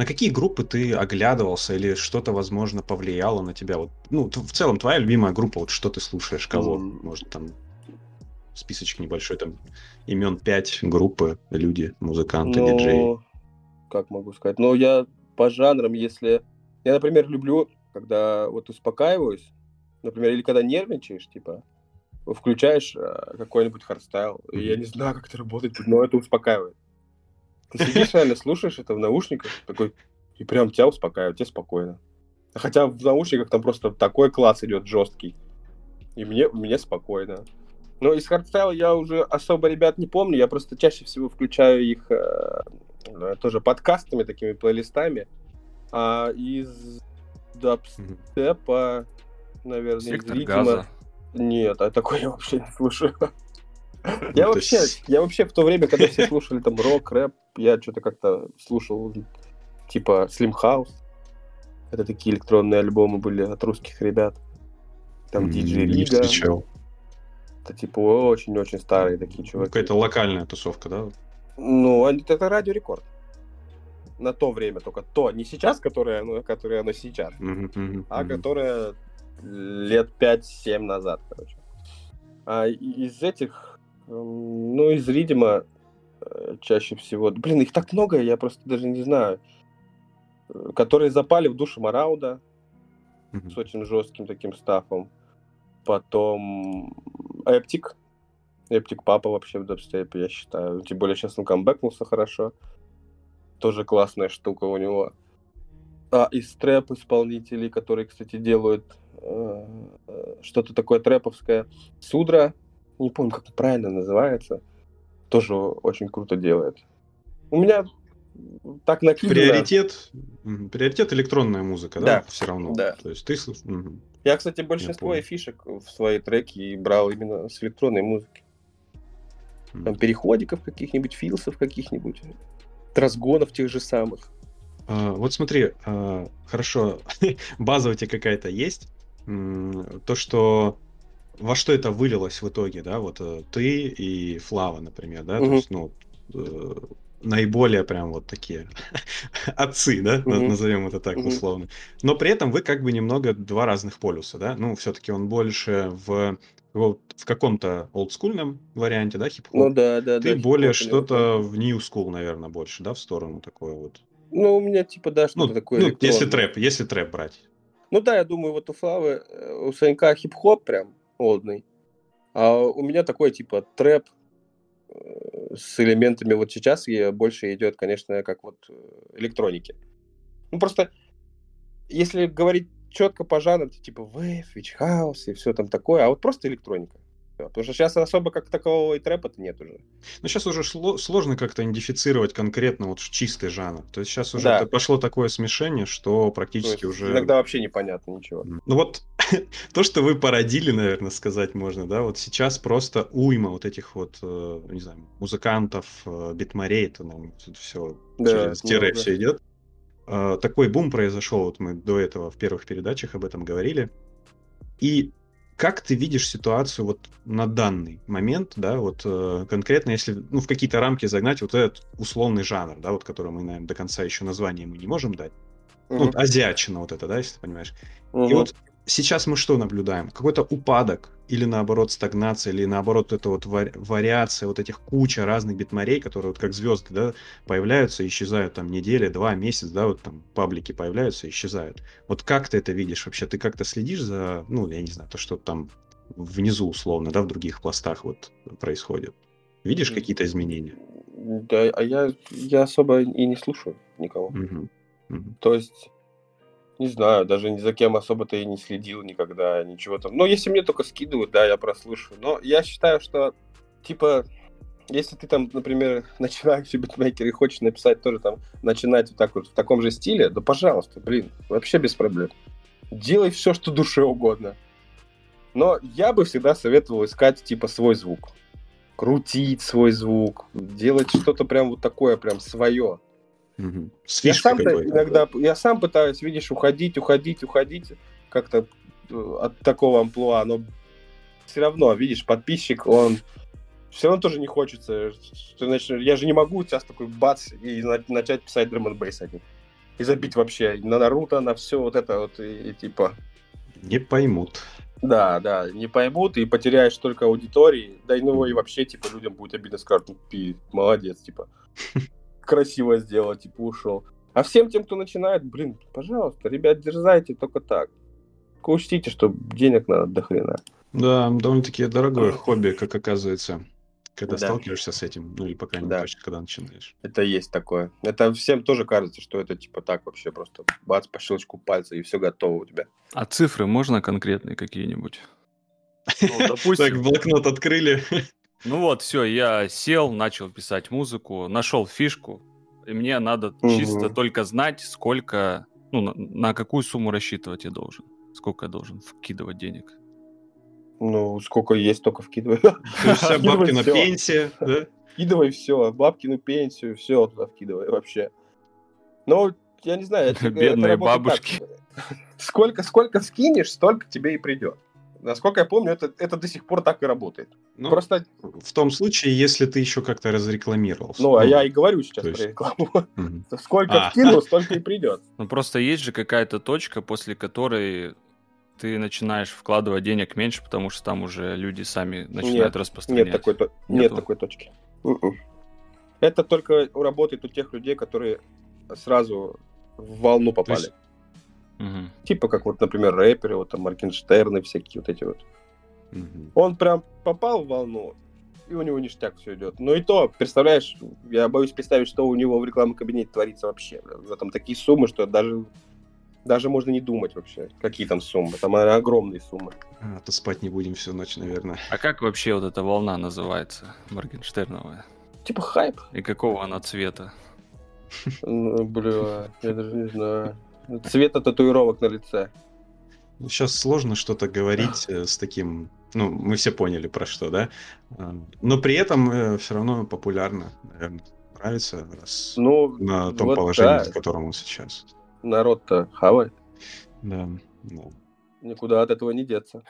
на какие группы ты оглядывался или что-то, возможно, повлияло на тебя? Вот, ну, т- в целом, твоя любимая группа, вот что ты слушаешь, кого? М, Может, там списочек небольшой, там имен пять группы, люди, музыканты, диджеи. Ну, как могу сказать? Ну, я по жанрам, если... Я, например, люблю, когда вот успокаиваюсь, например, или когда нервничаешь, типа, включаешь э, какой-нибудь хардстайл, и я Мгм. не знаю, как это работает, но это успокаивает. Ты сидишь реально, слушаешь это в наушниках, такой, и прям тебя успокаивает, тебе спокойно. Хотя в наушниках там просто такой класс идет жесткий, и мне, мне спокойно. Но из хардстайла я уже особо ребят не помню, я просто чаще всего включаю их э, э, тоже подкастами, такими плейлистами. А из Мгм. дабстепа, наверное, из Сектор ритма... газа. Нет, а такое я вообще не слушаю. Ну, Я то вообще, есть, я вообще в то время, когда все слушали там рок, рэп, я что-то как-то слушал типа Slim House. Это такие электронные альбомы были от русских ребят. Там м, Диджей не Рига. встречал. Это типа очень-очень старые такие Ну, чуваки. какая-то локальная тусовка, да? Ну, они- это Радио Рекорд. На то время только. То, не сейчас, которое, ну, которое оно сейчас, Мгм, мгм, а мгм. которое лет пять-семь назад, короче. А и- из этих, эм, ну, из Ридима э, чаще всего... Блин, их так много, я просто даже не знаю. Э, Которые запали в душу Марауда с Мгм. очень жестким таким стафом. Потом Эптик. Эптик папа вообще в дабстепе, я считаю. Тем более сейчас он камбэкнулся хорошо. Тоже классная штука у него. А из трэп исполнителей, которые, кстати, делают э, э, что-то такое трэповское. Судра, не помню, как это правильно называется, тоже очень круто делает. У меня так накидано. Приоритет, мгм, приоритет электронная музыка, да, Да, все равно. да. То есть ты слыш- мгм, Я, кстати, я большинство и понял. фишек в свои треки брал именно с электронной музыки. Там М. переходиков каких-нибудь, филсов каких-нибудь, разгонов тех же самых. А, вот смотри, а, хорошо, база у тебя какая-то есть. М, То, что во что это вылилось в итоге, да, вот э, ты и Флава, например, да, то Мгм, есть, ну, э, наиболее прям вот такие отцы, да, на- мгм, назовем это так мгм. условно. Но при этом вы как бы немного два разных полюса, да, ну, все-таки он больше в, вот в каком-то олдскульном варианте, да, Ну хип-хоп, да, да, ты да, более хип-хоп у него, да. что-то в new school, наверное, больше, да, в сторону такое вот. Ну, у меня типа, да, что-то Ну, такое ну, если электронное. трэп, если трэп брать. Ну да, я думаю, вот у Флавы, э, у Санька хип-хоп прям модный, а у меня такой типа трэп э, с элементами. Вот сейчас я больше идет, конечно, как вот э, электроники. Ну просто, если говорить четко по жанрам, то типа вейв, вич хаус и все там такое, а вот просто электроника. Всё. Потому что сейчас особо как такового и трэпа-то нет уже. Но сейчас уже шло- сложно как-то идентифицировать конкретно вот чистый жанр. То есть сейчас уже Да, т- пошло такое смешение, что то практически есть уже... иногда вообще непонятно ничего. м, Ну вот то, что вы породили, наверное, сказать можно, да, вот сейчас просто уйма вот этих вот, э, не знаю, музыкантов, э, битмарей, это, наверное, все Да, через тире много. все идет. Э, Такой бум произошел, вот мы до этого в первых передачах об этом говорили. И как ты видишь ситуацию вот на данный момент, да, вот э, конкретно, если ну, в какие-то рамки загнать вот этот условный жанр, да, вот который мы, наверное, до конца еще название мы не можем дать. Ну, вот Мгм, азиатчина вот это, да, если ты понимаешь. И мгм. вот сейчас мы что наблюдаем? Какой-то упадок или наоборот стагнация, или наоборот это вот вари- вариация вот этих куча разных битмарей, которые вот как звезды, да, появляются, исчезают там неделя, два, месяц, да, вот там паблики появляются, исчезают. Вот как ты это видишь вообще? Ты как-то следишь за, ну, я не знаю, то, что там внизу условно, да, в других пластах вот происходит? Видишь какие-то изменения? Да, а я, я особо и не слушаю никого. Мгм. Мгм. То есть, не знаю, даже ни за кем особо-то и не следил никогда, ничего там. Ну, если мне только скидывают, да, я прослушаю. Но я считаю, что, типа, если ты там, например, начинающий битмейкер и хочешь написать тоже там, начинать вот так вот в таком же стиле, да пожалуйста, блин, вообще без проблем. Делай все, что душе угодно. Но я бы всегда советовал искать, типа, свой звук. Крутить свой звук, делать что-то прям вот такое, прям свое. Мгм. С Я фишкой сам-то какой-то. иногда, я сам пытаюсь, видишь, уходить, уходить, уходить как-то э, от такого амплуа, но все равно, видишь, подписчик, он все равно тоже не хочется. Что, значит, я же не могу сейчас такой бац и на- начать писать драм н бейс один. И забить вообще на Наруто, на все вот это вот, и, и типа... Не поймут. Да, да, не поймут, и потеряешь только аудитории, да и ну и вообще, типа, людям будет обидно, скажут, ну, пи, молодец, типа, красиво сделал, типа, ушел. А всем тем, кто начинает, блин, пожалуйста, ребят, дерзайте только так. Только учтите, что денег надо до хрена. Да, довольно-таки дорогое хобби, как оказывается, когда Да. сталкиваешься с этим, ну или пока не Да. точно, когда начинаешь. Это есть такое. Это всем тоже кажется, что это типа так вообще просто бац, по щелчку пальца, и все готово у тебя. А цифры можно конкретные какие-нибудь? Ну, Так, допустим, блокнот открыли. ну вот, все, я сел, начал писать музыку, нашел фишку, и мне надо Мгм. чисто только знать, сколько, ну, на, на какую сумму рассчитывать я должен. Сколько я должен вкидывать денег. Ну, сколько есть, столько вкидывай. То есть вся Вкидывай бабкина всё. пенсия, да? Вкидывай все, бабкину пенсию, все туда вкидывай вообще. Ну, я не знаю, это, это Бедные работает бабушки. так. Сколько, сколько скинешь, столько тебе и придет. Насколько я помню, это, это до сих пор так и работает. Ну, Просто, в том случае, если ты еще как-то разрекламировался. ну, а я и говорю сейчас то есть- про рекламу. Мгм. Сколько А. вкину, столько и придет. Ну, просто есть же какая-то точка, после которой ты начинаешь вкладывать денег меньше, потому что там уже люди сами начинают Нет, распространять. Нет такой, то- нет Нету? такой точки. М-м. Это только работает у тех людей, которые сразу в волну попали. есть- Мгм. Типа как вот, например, рэперы, вот там Моргенштерны всякие вот эти вот. Мгм. Он прям попал в волну, и у него ништяк все идет. Ну и то, представляешь, я боюсь представить, что у него в рекламном кабинете творится вообще. В этом такие суммы, что даже, даже можно не думать вообще, какие там суммы. Там наверное, огромные суммы. А, то спать не будем всю ночь, наверное. А как вообще вот эта волна называется, Моргенштерновая? Типа хайп. И какого она цвета? Ну, бля, я даже не знаю. Цвета татуировок на лице. Сейчас сложно что-то говорить э, с таким... Ну, мы все поняли, про что, да? А, Но при этом все равно популярно, наверное, нравится, раз Ну, на том вот положении, да, в котором он сейчас. народ-то хавает. Да, да. Никуда от этого не деться.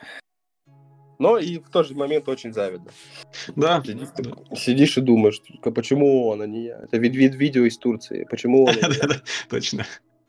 Но и в тот же момент очень завидно. Да, Сидишь, да. так- сидишь и думаешь, только почему он, а не я? Это вид, вид видео из Турции. Почему он, а не я? Да-да, точно.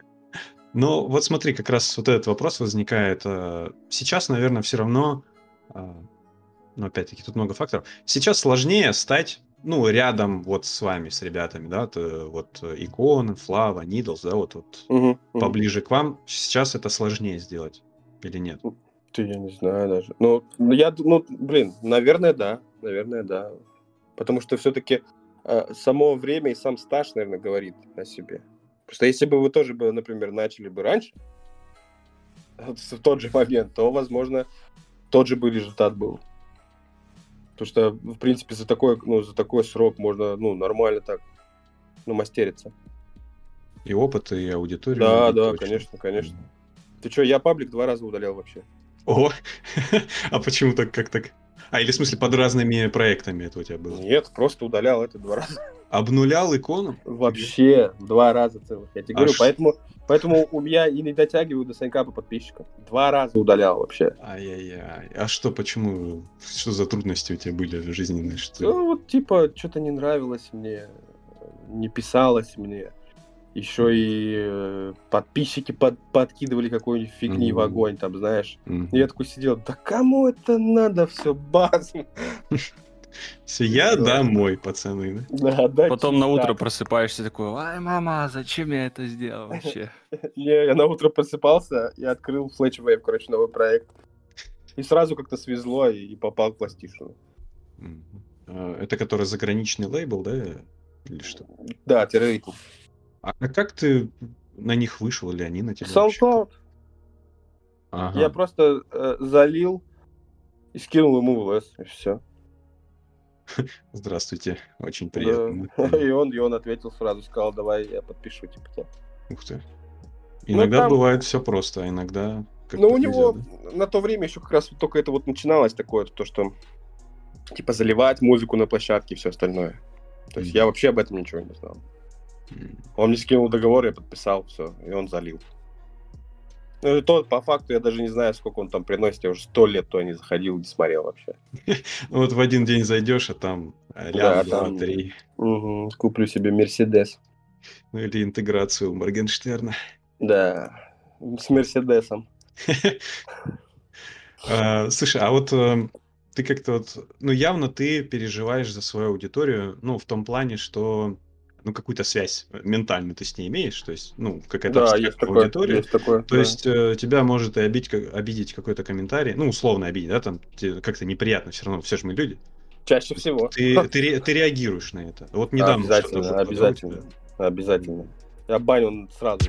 Но вот смотри, как раз вот этот вопрос возникает. э, Сейчас, наверное, все равно, а, ну, опять-таки, тут много факторов. Сейчас сложнее стать, ну, рядом вот с вами, с ребятами, да, т- вот э, Икон, Флава, Нидлс, да, вот, вот Мгм, мгм. поближе к вам. Сейчас это сложнее сделать или нет? Ты, я не знаю даже. Ну, ну, я, д- ну, блин, наверное, да. Наверное, да. Потому что все-таки само время и сам стаж, наверное, говорит о себе. Просто если бы вы тоже, бы, например, начали бы раньше, вот в тот же момент, то, возможно, тот же бы результат был. Потому что, в принципе, за такой, ну, за такой срок можно, ну, нормально так, ну, мастериться. И опыт, и аудиторию. Да, набить да, точно. конечно, конечно. Ты что, я паблик два раза удалял вообще. О, а почему так, как так? А, или в смысле под разными проектами это у тебя было? Нет, просто удалял это два раза. Обнулял икону? Вообще, два раза целых. Я тебе А говорю, ш- поэтому, поэтому у меня и не дотягиваю до Санька по подписчикам. Два раза удалял вообще. Ай-яй-яй. А что, почему? Что за трудности у тебя были жизненные? Что... Ну, вот, типа, что-то не нравилось мне, не писалось мне. Еще и э, подписчики под, подкидывали какой-нибудь фигни в Мгм. огонь, там, знаешь. Мгм. И я такой сидел, да кому это надо все, баз? Всё, я Да. домой, пацаны. да? Да, да, Потом на утро чистак. просыпаешься такой, ай, мама, зачем я это сделал вообще? Не, я на утро просыпался и открыл Fletchwave, короче, новый проект. И сразу как-то свезло и, и попал в пластишину. Мгм. А, Это который заграничный лейбл, да? Или что? Да, терроритм. А а как ты на них вышел, или они на тебя вообще? SoundCloud. Ага. Я просто э, залил и скинул ему в лес, и все. Здравствуйте, очень Да. приятно. И он, и он ответил сразу, сказал, давай я подпишу, типа, тебя. Ух ты. Ну, Иногда там- бывает все просто, а иногда как-то Но у нельзя, него да? на то время еще как раз вот только это вот начиналось такое, то, что типа заливать музыку на площадке и все остальное. То есть Мгм. я вообще об этом ничего не знал. М. Он мне скинул договор, я подписал, все, и он залил. Ну и то, по факту, я даже не знаю, сколько он там приносит, я уже сто лет то не заходил, не смотрел вообще. Ну вот в один день зайдешь, а там а, Да, ляп, два, там- три. Угу, куплю себе Мерседес. Ну или интеграцию Моргенштерна. Да, с Мерседесом. А, Слушай, а вот э, ты как-то вот, ну явно ты переживаешь за свою аудиторию, ну в том плане, что ну какую-то связь э, ментальную ты с ней имеешь, то есть, ну какая-то Да, есть абстрактная такое, аудитория, есть такое, то да. есть э, тебя может и обидеть, как- обидеть какой-то комментарий, ну условно обидеть, да, там тебе как-то неприятно, все равно, все же мы люди. Чаще То есть всего. ты, ты, ре- ты реагируешь на это. Вот недавно что-то Обязательно, было, да, у тебя? обязательно, обязательно. Я баню сразу.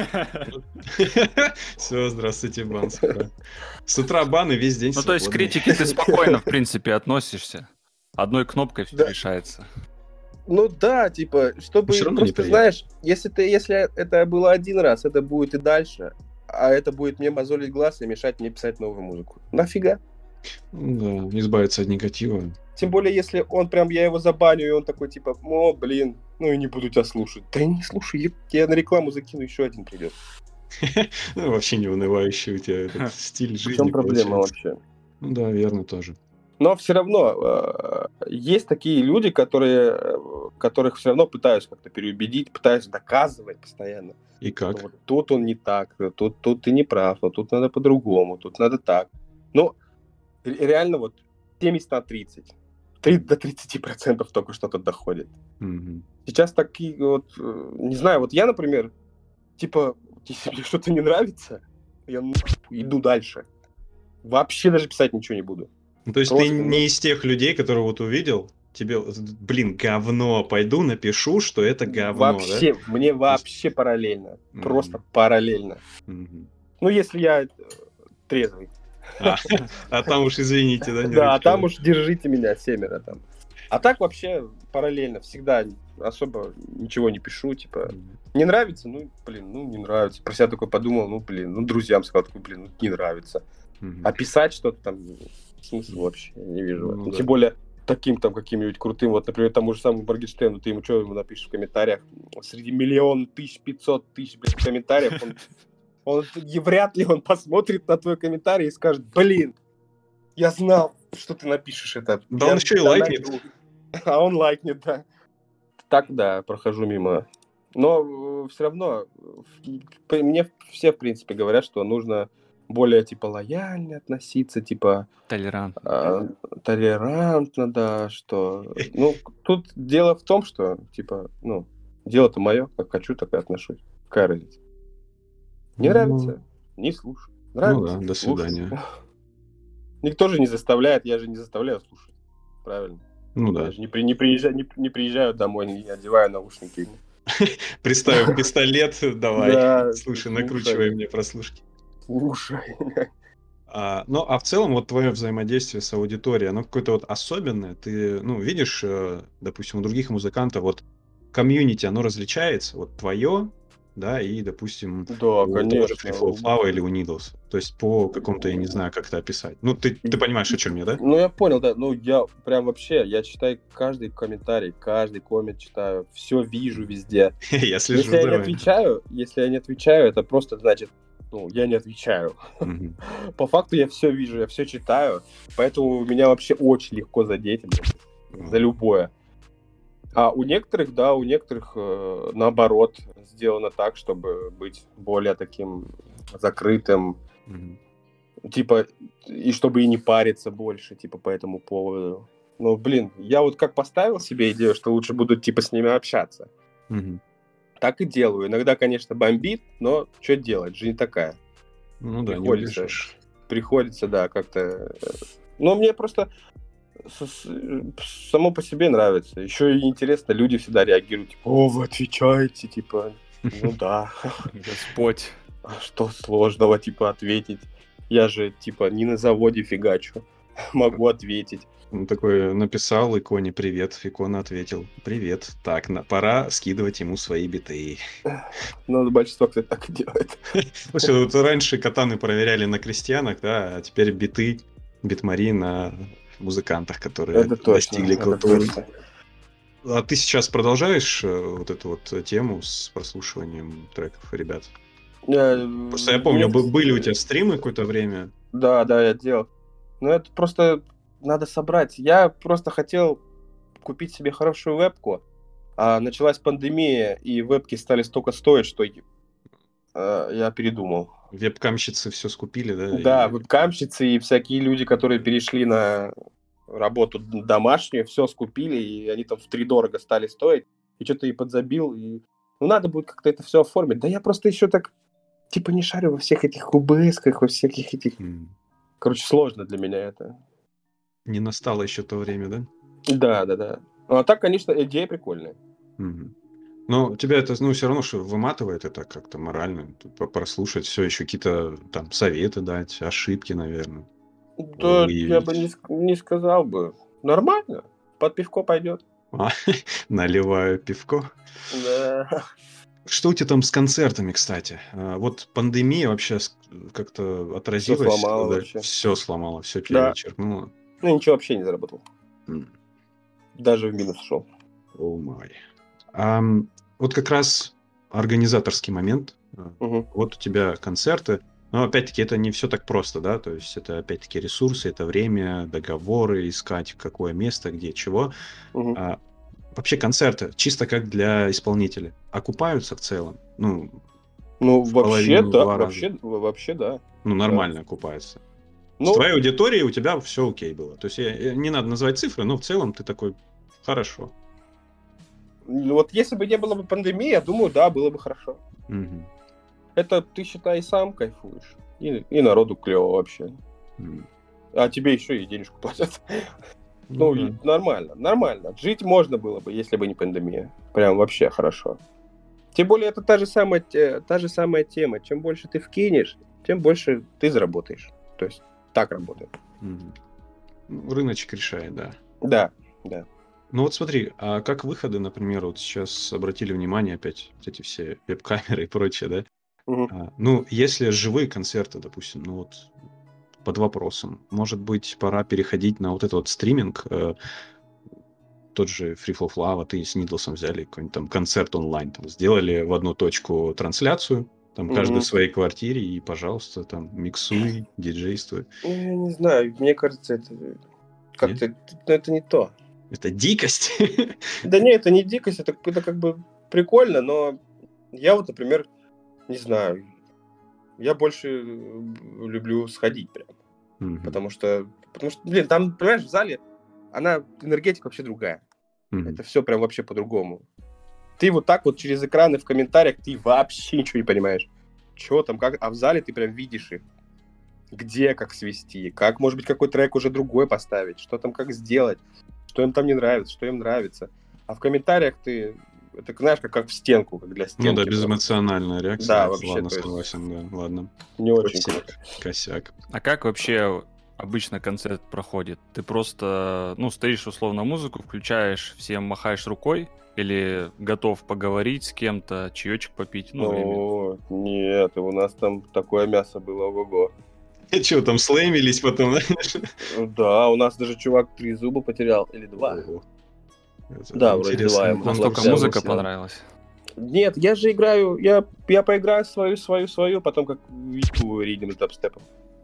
Все, здравствуйте, бан с утра. С утра бан и весь день Ну, то есть к свободный. критике ты спокойно, в принципе, относишься. Одной кнопкой все Да. решается. Ну да, типа, чтобы всё равно просто неприятно. знаешь, если ты, если это было один раз, это будет и дальше, а это будет мне мозолить глаз и мешать мне писать новую музыку. Нафига? Ну да, избавиться от негатива. Тем более, если он прям, я его забаню, и он такой, типа, о, блин, ну и не буду тебя слушать. Да не слушай, еб- я на рекламу закину, еще один придет. Ну, вообще не унывающий у тебя этот стиль В жизни чем проблема получается. вообще? Ну да, верно тоже. Но все равно э, есть такие люди, которые, э, которых все равно пытаюсь как-то переубедить, пытаюсь доказывать постоянно. И что как? вот тут он не так, тут, тут ты не прав, вот тут надо по-другому, тут надо так. Ну, ре- реально вот семьдесят на тридцать. три до тридцати процентов только что-то доходит. Мгм. Сейчас такие вот, э, не знаю, вот я, например, типа, если мне что-то не нравится, я ну, иду дальше. Вообще даже писать ничего не буду. Ну, то есть Просто, ты ну, не из тех людей, которые вот увидел, тебе, вот, блин, говно, пойду напишу, что это говно, да? вообще, мне вообще параллельно. Мгм. Просто параллельно. Мгм. Ну, если я э, трезвый. А, а там уж извините, да, не Да, а там рычали. уж держите меня, семеро там. А так вообще параллельно всегда особо ничего не пишу, типа, Мгм. не нравится, ну, блин, ну, не нравится. Про себя такой подумал, ну, блин, ну, друзьям сказал, такой, блин, ну, не нравится. Мгм. А писать что-то там, смысла вообще не вижу. в этом. Ну да. Тем более таким там каким-нибудь крутым, вот, например, тому же самому Моргенштерну, ты ему что ему напишешь в комментариях? Среди миллион тысяч пятьсот тысяч, блин, комментариев, он, он, и вряд ли он посмотрит на твой комментарий и скажет, блин, я знал, что ты напишешь это. Да Я он еще и всегда лайкнет. найду». А он лайкнет, да. Так, да, прохожу мимо. Но все равно в- п- мне все, в принципе, говорят, что нужно более, типа, лояльно относиться, типа, Толерантно. а, толерантно, да, что... Ну, тут дело в том, что, типа, ну, дело-то мое, как хочу, так и отношусь. Какая разница? Не Ну, нравится? Не слушай. ну Нравится? да, до Слушай. свидания. Никто же не заставляет, я же не заставляю слушать. Правильно. Ну Я да. же не, при, не, приезжаю, не, не приезжаю домой, не одеваю наушники. Приставив пистолет, давай, Да, слушай, слушай. накручивай мне прослушки. Слушай. А, ну, а в целом, вот твое взаимодействие с аудиторией, оно какое-то вот особенное. Ты, ну, видишь, э, допустим, у других музыкантов вот комьюнити, оно различается, вот твое, да, и, допустим, Да, у того же конечно. Free Fall Flower или у Needles. То есть по какому-то, я не знаю, как это описать. Ну, ты, ты понимаешь, о чем я, да? Ну, я понял, да. Ну, я прям вообще, я читаю каждый комментарий, каждый коммент читаю, все вижу везде. Я слежу Если я за не вами. отвечаю, если я не отвечаю, это просто значит, ну, я не отвечаю. Мгм. По факту я все вижу, я все читаю, поэтому меня вообще очень легко задеть, блин, за любое. А у некоторых, да, у некоторых э, наоборот сделано так, чтобы быть более таким закрытым, Мгм. типа, и чтобы и не париться больше, типа, по этому поводу. Ну, блин, я вот как поставил себе идею, что лучше буду, типа, с ними общаться, Мгм. так и делаю. Иногда, конечно, бомбит, но что делать, жизнь такая. Ну да, не Приходится. убежишь. Приходится, да, как-то... э, Но мне просто с- с- само по себе нравится. Еще и интересно, люди всегда реагируют, типа, о, вы отвечаете, типа, ну да, Господь. а что сложного, типа, ответить? Я же, типа, не на заводе фигачу, могу ответить. Он такой написал иконе «Привет», икона ответил «Привет». Так, на- пора скидывать ему свои биты. Но большинство, кстати, так и делает. Слушай, вот раньше катаны проверяли на крестьянах, да, а теперь биты, битмари на музыкантах, которые Это точно, достигли это крутого. точно. А ты сейчас продолжаешь э, вот эту вот э, тему с прослушиванием треков, ребят? Я- Просто я помню, нет, бы- были у тебя стримы какое-то время. Да, да, я делал. Но это просто надо собрать. Я просто хотел купить себе хорошую вебку, А началась пандемия, и вебки стали столько стоить, что э, я передумал. Вебкамщицы все скупили, да? Да, и- вебкамщицы и всякие люди, которые перешли на работу домашнюю, все скупили, и они там втридорого стали стоить, и что-то и подзабил, и ну надо будет как-то это все оформить. Да я просто еще так, типа, не шарю во всех этих о бэ эсках, во всяких этих... М. Короче, сложно для меня это. Не настало еще то время, да? Да, да, да. Ну, а так, конечно, идея прикольная. Мгм. Но тебя это, ну, все равно, что выматывает это как-то морально, тут по- прослушать, все еще какие-то там советы дать, ошибки, наверное, Да, я бы не, выявить. ск- не сказал бы. Нормально. Под пивко пойдет. А, наливаю пивко. Да. Что у тебя там с концертами, кстати? А, Вот пандемия вообще с- как-то Все отразилась, сломало вообще. все сломало, все Да. перечеркнуло. Ну, ничего вообще не заработал. М. Даже в минус шел. О май. Ам, Вот как раз организаторский момент. А, Угу. Вот у тебя концерты. Но опять-таки это не все так просто, да? То есть это опять-таки ресурсы, это время, договоры, искать какое место, где, чего. Угу. А Вообще концерты, чисто как для исполнителя, окупаются в целом? Ну, Ну, в вообще, половину, в да, два раза. вообще, вообще, да. Ну, нормально окупаются. С Ну, твоей аудиторией у тебя все окей было. То есть я- я- не надо называть цифры, но в целом ты такой, хорошо. ну, вот если бы не было бы пандемии, я думаю, да, было бы хорошо. Мгм. Это ты, считай, сам кайфуешь. И, и народу клево вообще. М. А тебе еще и денежку платят. Ну Ну, да. и нормально, нормально. Жить можно было бы, если бы не пандемия. Прям вообще хорошо. Тем более, это та же самая, те- та же самая тема. Чем больше ты вкинешь, тем больше ты заработаешь. То есть так работает. Мгм. Ну, рыночек решает, да. Да, да. Ну вот смотри, а как выходы, например, вот сейчас обратили внимание опять вот эти все веб-камеры и прочее, да? Мгм. А, ну, если живые концерты, допустим, ну вот под вопросом, может быть, пора переходить на вот этот вот стриминг, э, тот же Free for Love, ты с Нидлсом взяли какой-нибудь там концерт онлайн, там, сделали в одну точку трансляцию, там каждый Мгм. в своей квартире, и, пожалуйста, там миксуй, диджействуй. Ну, я не знаю, мне кажется, это как-то ну, это не то. Это дикость. Да не, это не дикость, это, это как бы прикольно, но я вот, например, не знаю, я больше э, люблю сходить прям. Мгм. Потому что, потому что, блин, там, понимаешь, в зале она, энергетика вообще другая. Мгм. Это все прям вообще по-другому. Ты вот так вот через экраны в комментариях, ты вообще ничего не понимаешь. Что там, как, а в зале ты прям видишь их. Где, как свести, как, может быть, какой трек уже другой поставить, что там, как сделать, что им там не нравится, что им нравится. А в комментариях ты, это, знаешь, как, как в стенку, как для стенки. Ну да, прям. безэмоциональная реакция. Да, вообще, Ладно, то есть- согласен, да, ладно. Не очень Косяк. круто. Косяк. А как вообще обычно концерт проходит? Ты просто, ну, стоишь условно музыку, включаешь, всем махаешь рукой, или готов поговорить с кем-то, чаечек попить? Ну, именно. О, нет, у нас там такое мясо было, ого-го. И что, там слэмились потом, да? Да, у нас даже чувак три зуба потерял, или два. Ого. Это Да, вроде интересно. два, я Настолько наслаждался. музыка взял. понравилась. Нет, я же играю, я, я поиграю свою, свою, свою, потом как Витьку ридим тапстепом.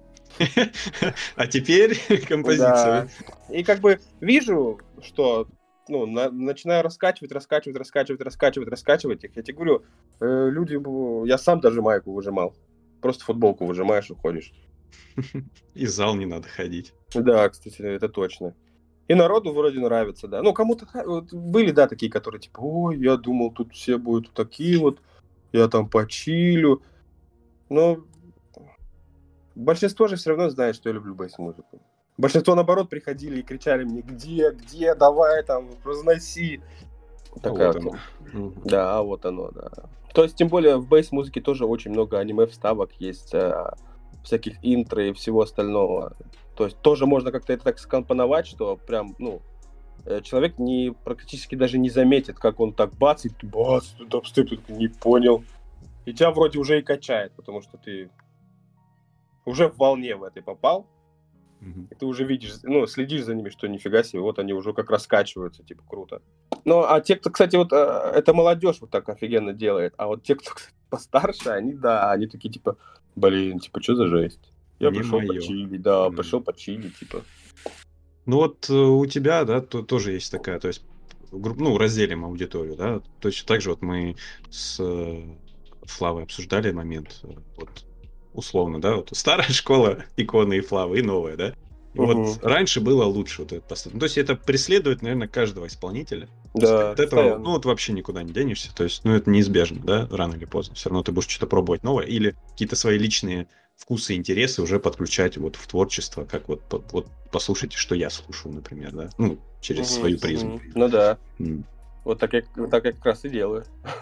А теперь композиция. Да. И как бы вижу, что ну, на- начинаю раскачивать, раскачивать, раскачивать, раскачивать, раскачивать их. Я тебе говорю, э, люди, б- я сам даже майку выжимал. Просто футболку выжимаешь и ходишь. И в зал не надо ходить. Да, кстати, это точно. И народу вроде нравится, да. Ну, кому-то ха- вот были, да, такие, которые типа, ой, я думал, тут все будут такие вот, я там почилю. Но большинство же все равно знает, что я люблю бейс-музыку. Большинство, наоборот, приходили и кричали мне, где, где, давай там, разноси. Такая Вот вот оно. Мгм. Да, вот оно, да. То есть, тем более, в бейс-музыке тоже очень много аниме-вставок есть, а, всяких интро и всего остального. То есть, тоже можно как-то это так скомпоновать, что прям, ну, э, человек не, практически даже не заметит, как он так бац, и ты бац, ты дабстеп, ты такой, не понял. И тебя вроде уже и качает, потому что ты уже в волне в этой попал, Мгм. и ты уже видишь, ну, следишь за ними, что нифига себе, вот они уже как раскачиваются, типа, круто. Ну, а те, кто, кстати, вот, э, это молодежь вот так офигенно делает, а вот те, кто, кстати, постарше, они, да, они такие, типа, блин, типа, что за жесть? Я Не пришел моё. почилить, да, Мгм. пришел почилить, типа. Ну вот э, у тебя, да, то- тоже есть такая, то есть групп, ну, разделим аудиторию, да. Точно так же вот мы с э, Флавой обсуждали момент, э, вот условно, да, вот старая школа иконы и Флавы, и новая, да. И вот Мгм. раньше было лучше вот это поставить. Ну, то есть это преследует, наверное, каждого исполнителя. То есть ты Да, от этого, ну, постоянно. вот вообще никуда не денешься. То есть, ну, это неизбежно, да, рано или поздно. Все равно ты будешь что-то пробовать новое или какие-то свои личные вкусы и интересы уже подключать вот в творчество, как вот, по- вот послушайте, что я слушаю, например, да, ну, через Мгм, свою призму. мгм. Ну да. М. Вот так я, вот так я как раз и делаю.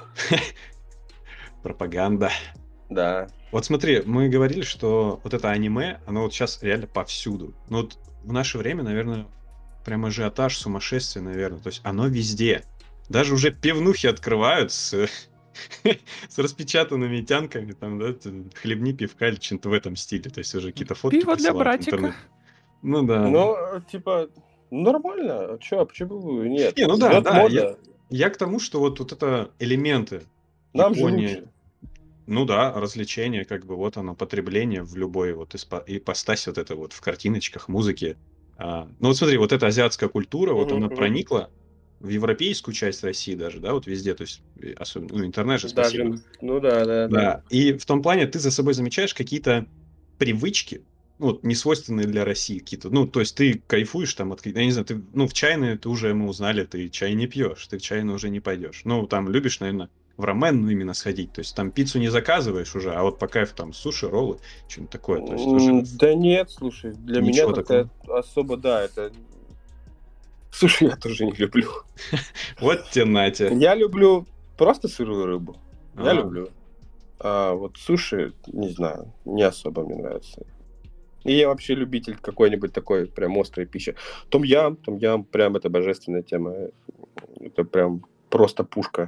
Пропаганда. Да. Вот смотри, мы говорили, что вот это аниме, оно вот сейчас реально повсюду. Ну вот в наше время, наверное, прям ажиотаж, сумасшествие, наверное. То есть оно везде. Даже уже пивнухи открывают с, с распечатанными тянками, там, да, т- хлебни пивка или что-то в этом стиле. То есть уже какие-то фотки Пиво для присылают в братика. интернет. Ну да. Ну, э, типа, нормально. Чё, почему нет? Не, ну да, Идет да. Я, мода. я к тому, что вот, вот это элементы Нам же Японии, лучше. ну да, развлечение, как бы вот оно, потребление в любой вот испо- ипостаси вот это вот в картиночках, музыке. А, ну вот смотри, вот эта азиатская культура, вот Мгм, она мгм. проникла в европейскую часть России даже, да, вот везде, то есть и особенно, ну, интернет же, спасибо. Даже, ну да, да, да. Да, и в том плане ты за собой замечаешь какие-то привычки, ну, вот, не свойственные для России какие-то. Ну, то есть ты кайфуешь там от, каких- я не знаю, ты, ну, в чайные ты уже, мы узнали, ты чай не пьешь, ты в чайную уже не пойдешь. Ну, там любишь, наверное, в рамен, ну, именно сходить. То есть там пиццу не заказываешь уже, а вот по кайфу там суши, роллы, что-нибудь такое. То есть уже М, Да нет, слушай, для меня ничего как-то такого. особо, да, это... Слушай, я тоже не люблю. Вот те нате. Я люблю просто сырую рыбу. Я А, люблю. А вот суши, не знаю, не особо мне нравится. И я вообще любитель какой-нибудь такой прям острой пищи. Том-ям, том-ям, прям это божественная тема. Это прям просто пушка.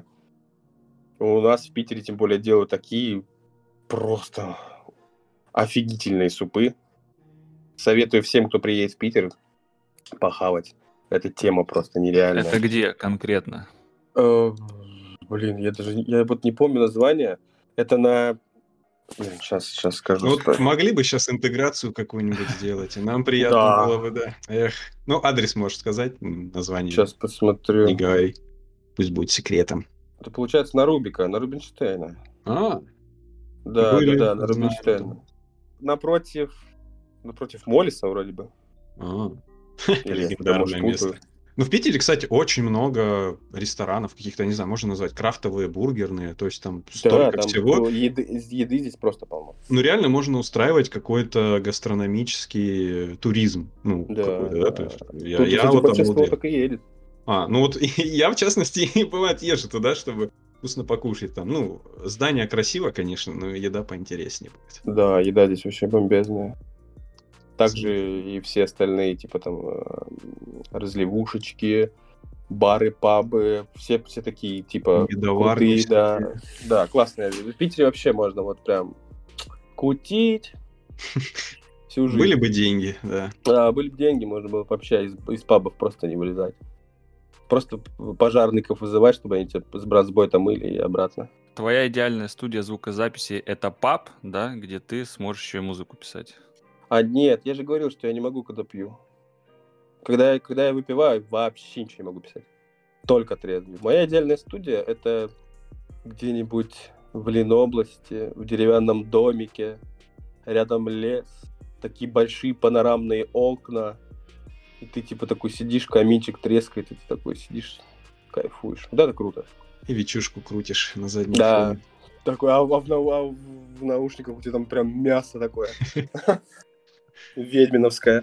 У нас в Питере тем более делают такие просто офигительные супы. Советую всем, кто приедет в Питер, похавать. Эта тема просто нереальная. Это где конкретно? Э, Блин, я даже не- я вот не помню название. Это на... Блин, сейчас, сейчас скажу. ну вот стой. могли бы сейчас интеграцию какую-нибудь сделать, и нам приятно Да. было бы, да. Эх. Ну, адрес можешь сказать, м, название. Сейчас посмотрю. Не говори. Пусть будет секретом. Это получается на Рубика, на Рубинштейна. А, Да, были, да, да, на знаю, Рубинштейна. там. Напротив, напротив Молиса вроде бы. А, Или я себя, может, легендарное путаю. место. Ну, в Питере, кстати, очень много ресторанов каких-то, не знаю, можно назвать крафтовые, бургерные, то есть там Да, столько там всего. ну, еды, из еды здесь просто полно. Ну, реально можно устраивать какой-то гастрономический туризм. Ну, Да, какой-то, да, то да. есть я, Тут, я кстати, вот большинство обалдел. так и едет. А, ну вот я, в частности, бывает езжу туда, чтобы вкусно покушать там. Ну, здание красиво, конечно, но еда поинтереснее будет. Да, еда здесь вообще бомбезная. Также и все остальные, типа там э, разливушечки, бары, пабы, все, все такие, типа, Медоварни крутые, да. всякие. Да, классные. В Питере вообще можно вот прям кутить всю жизнь. Были бы деньги, да. А, были бы деньги, можно было бы вообще из, из пабов просто не вылезать. Просто пожарников вызывать, чтобы они тебя с братсбой-то мыли и обратно. Твоя идеальная студия звукозаписи — это паб, да, где ты сможешь еще и музыку писать. А нет, я же говорил, что я не могу, когда пью. Когда я, когда я выпиваю, вообще ничего не могу писать. Только трезвый. Моя идеальная студия — это где-нибудь в Ленобласти, в деревянном домике, рядом лес, такие большие панорамные окна, и ты типа такой сидишь, каминчик трескает, и ты такой сидишь, кайфуешь. Да, это круто. И вечушку крутишь на заднем Да. фоне. Такой, а, в, а в нау- а в наушниках у тебя там прям мясо такое. Ведьминовское.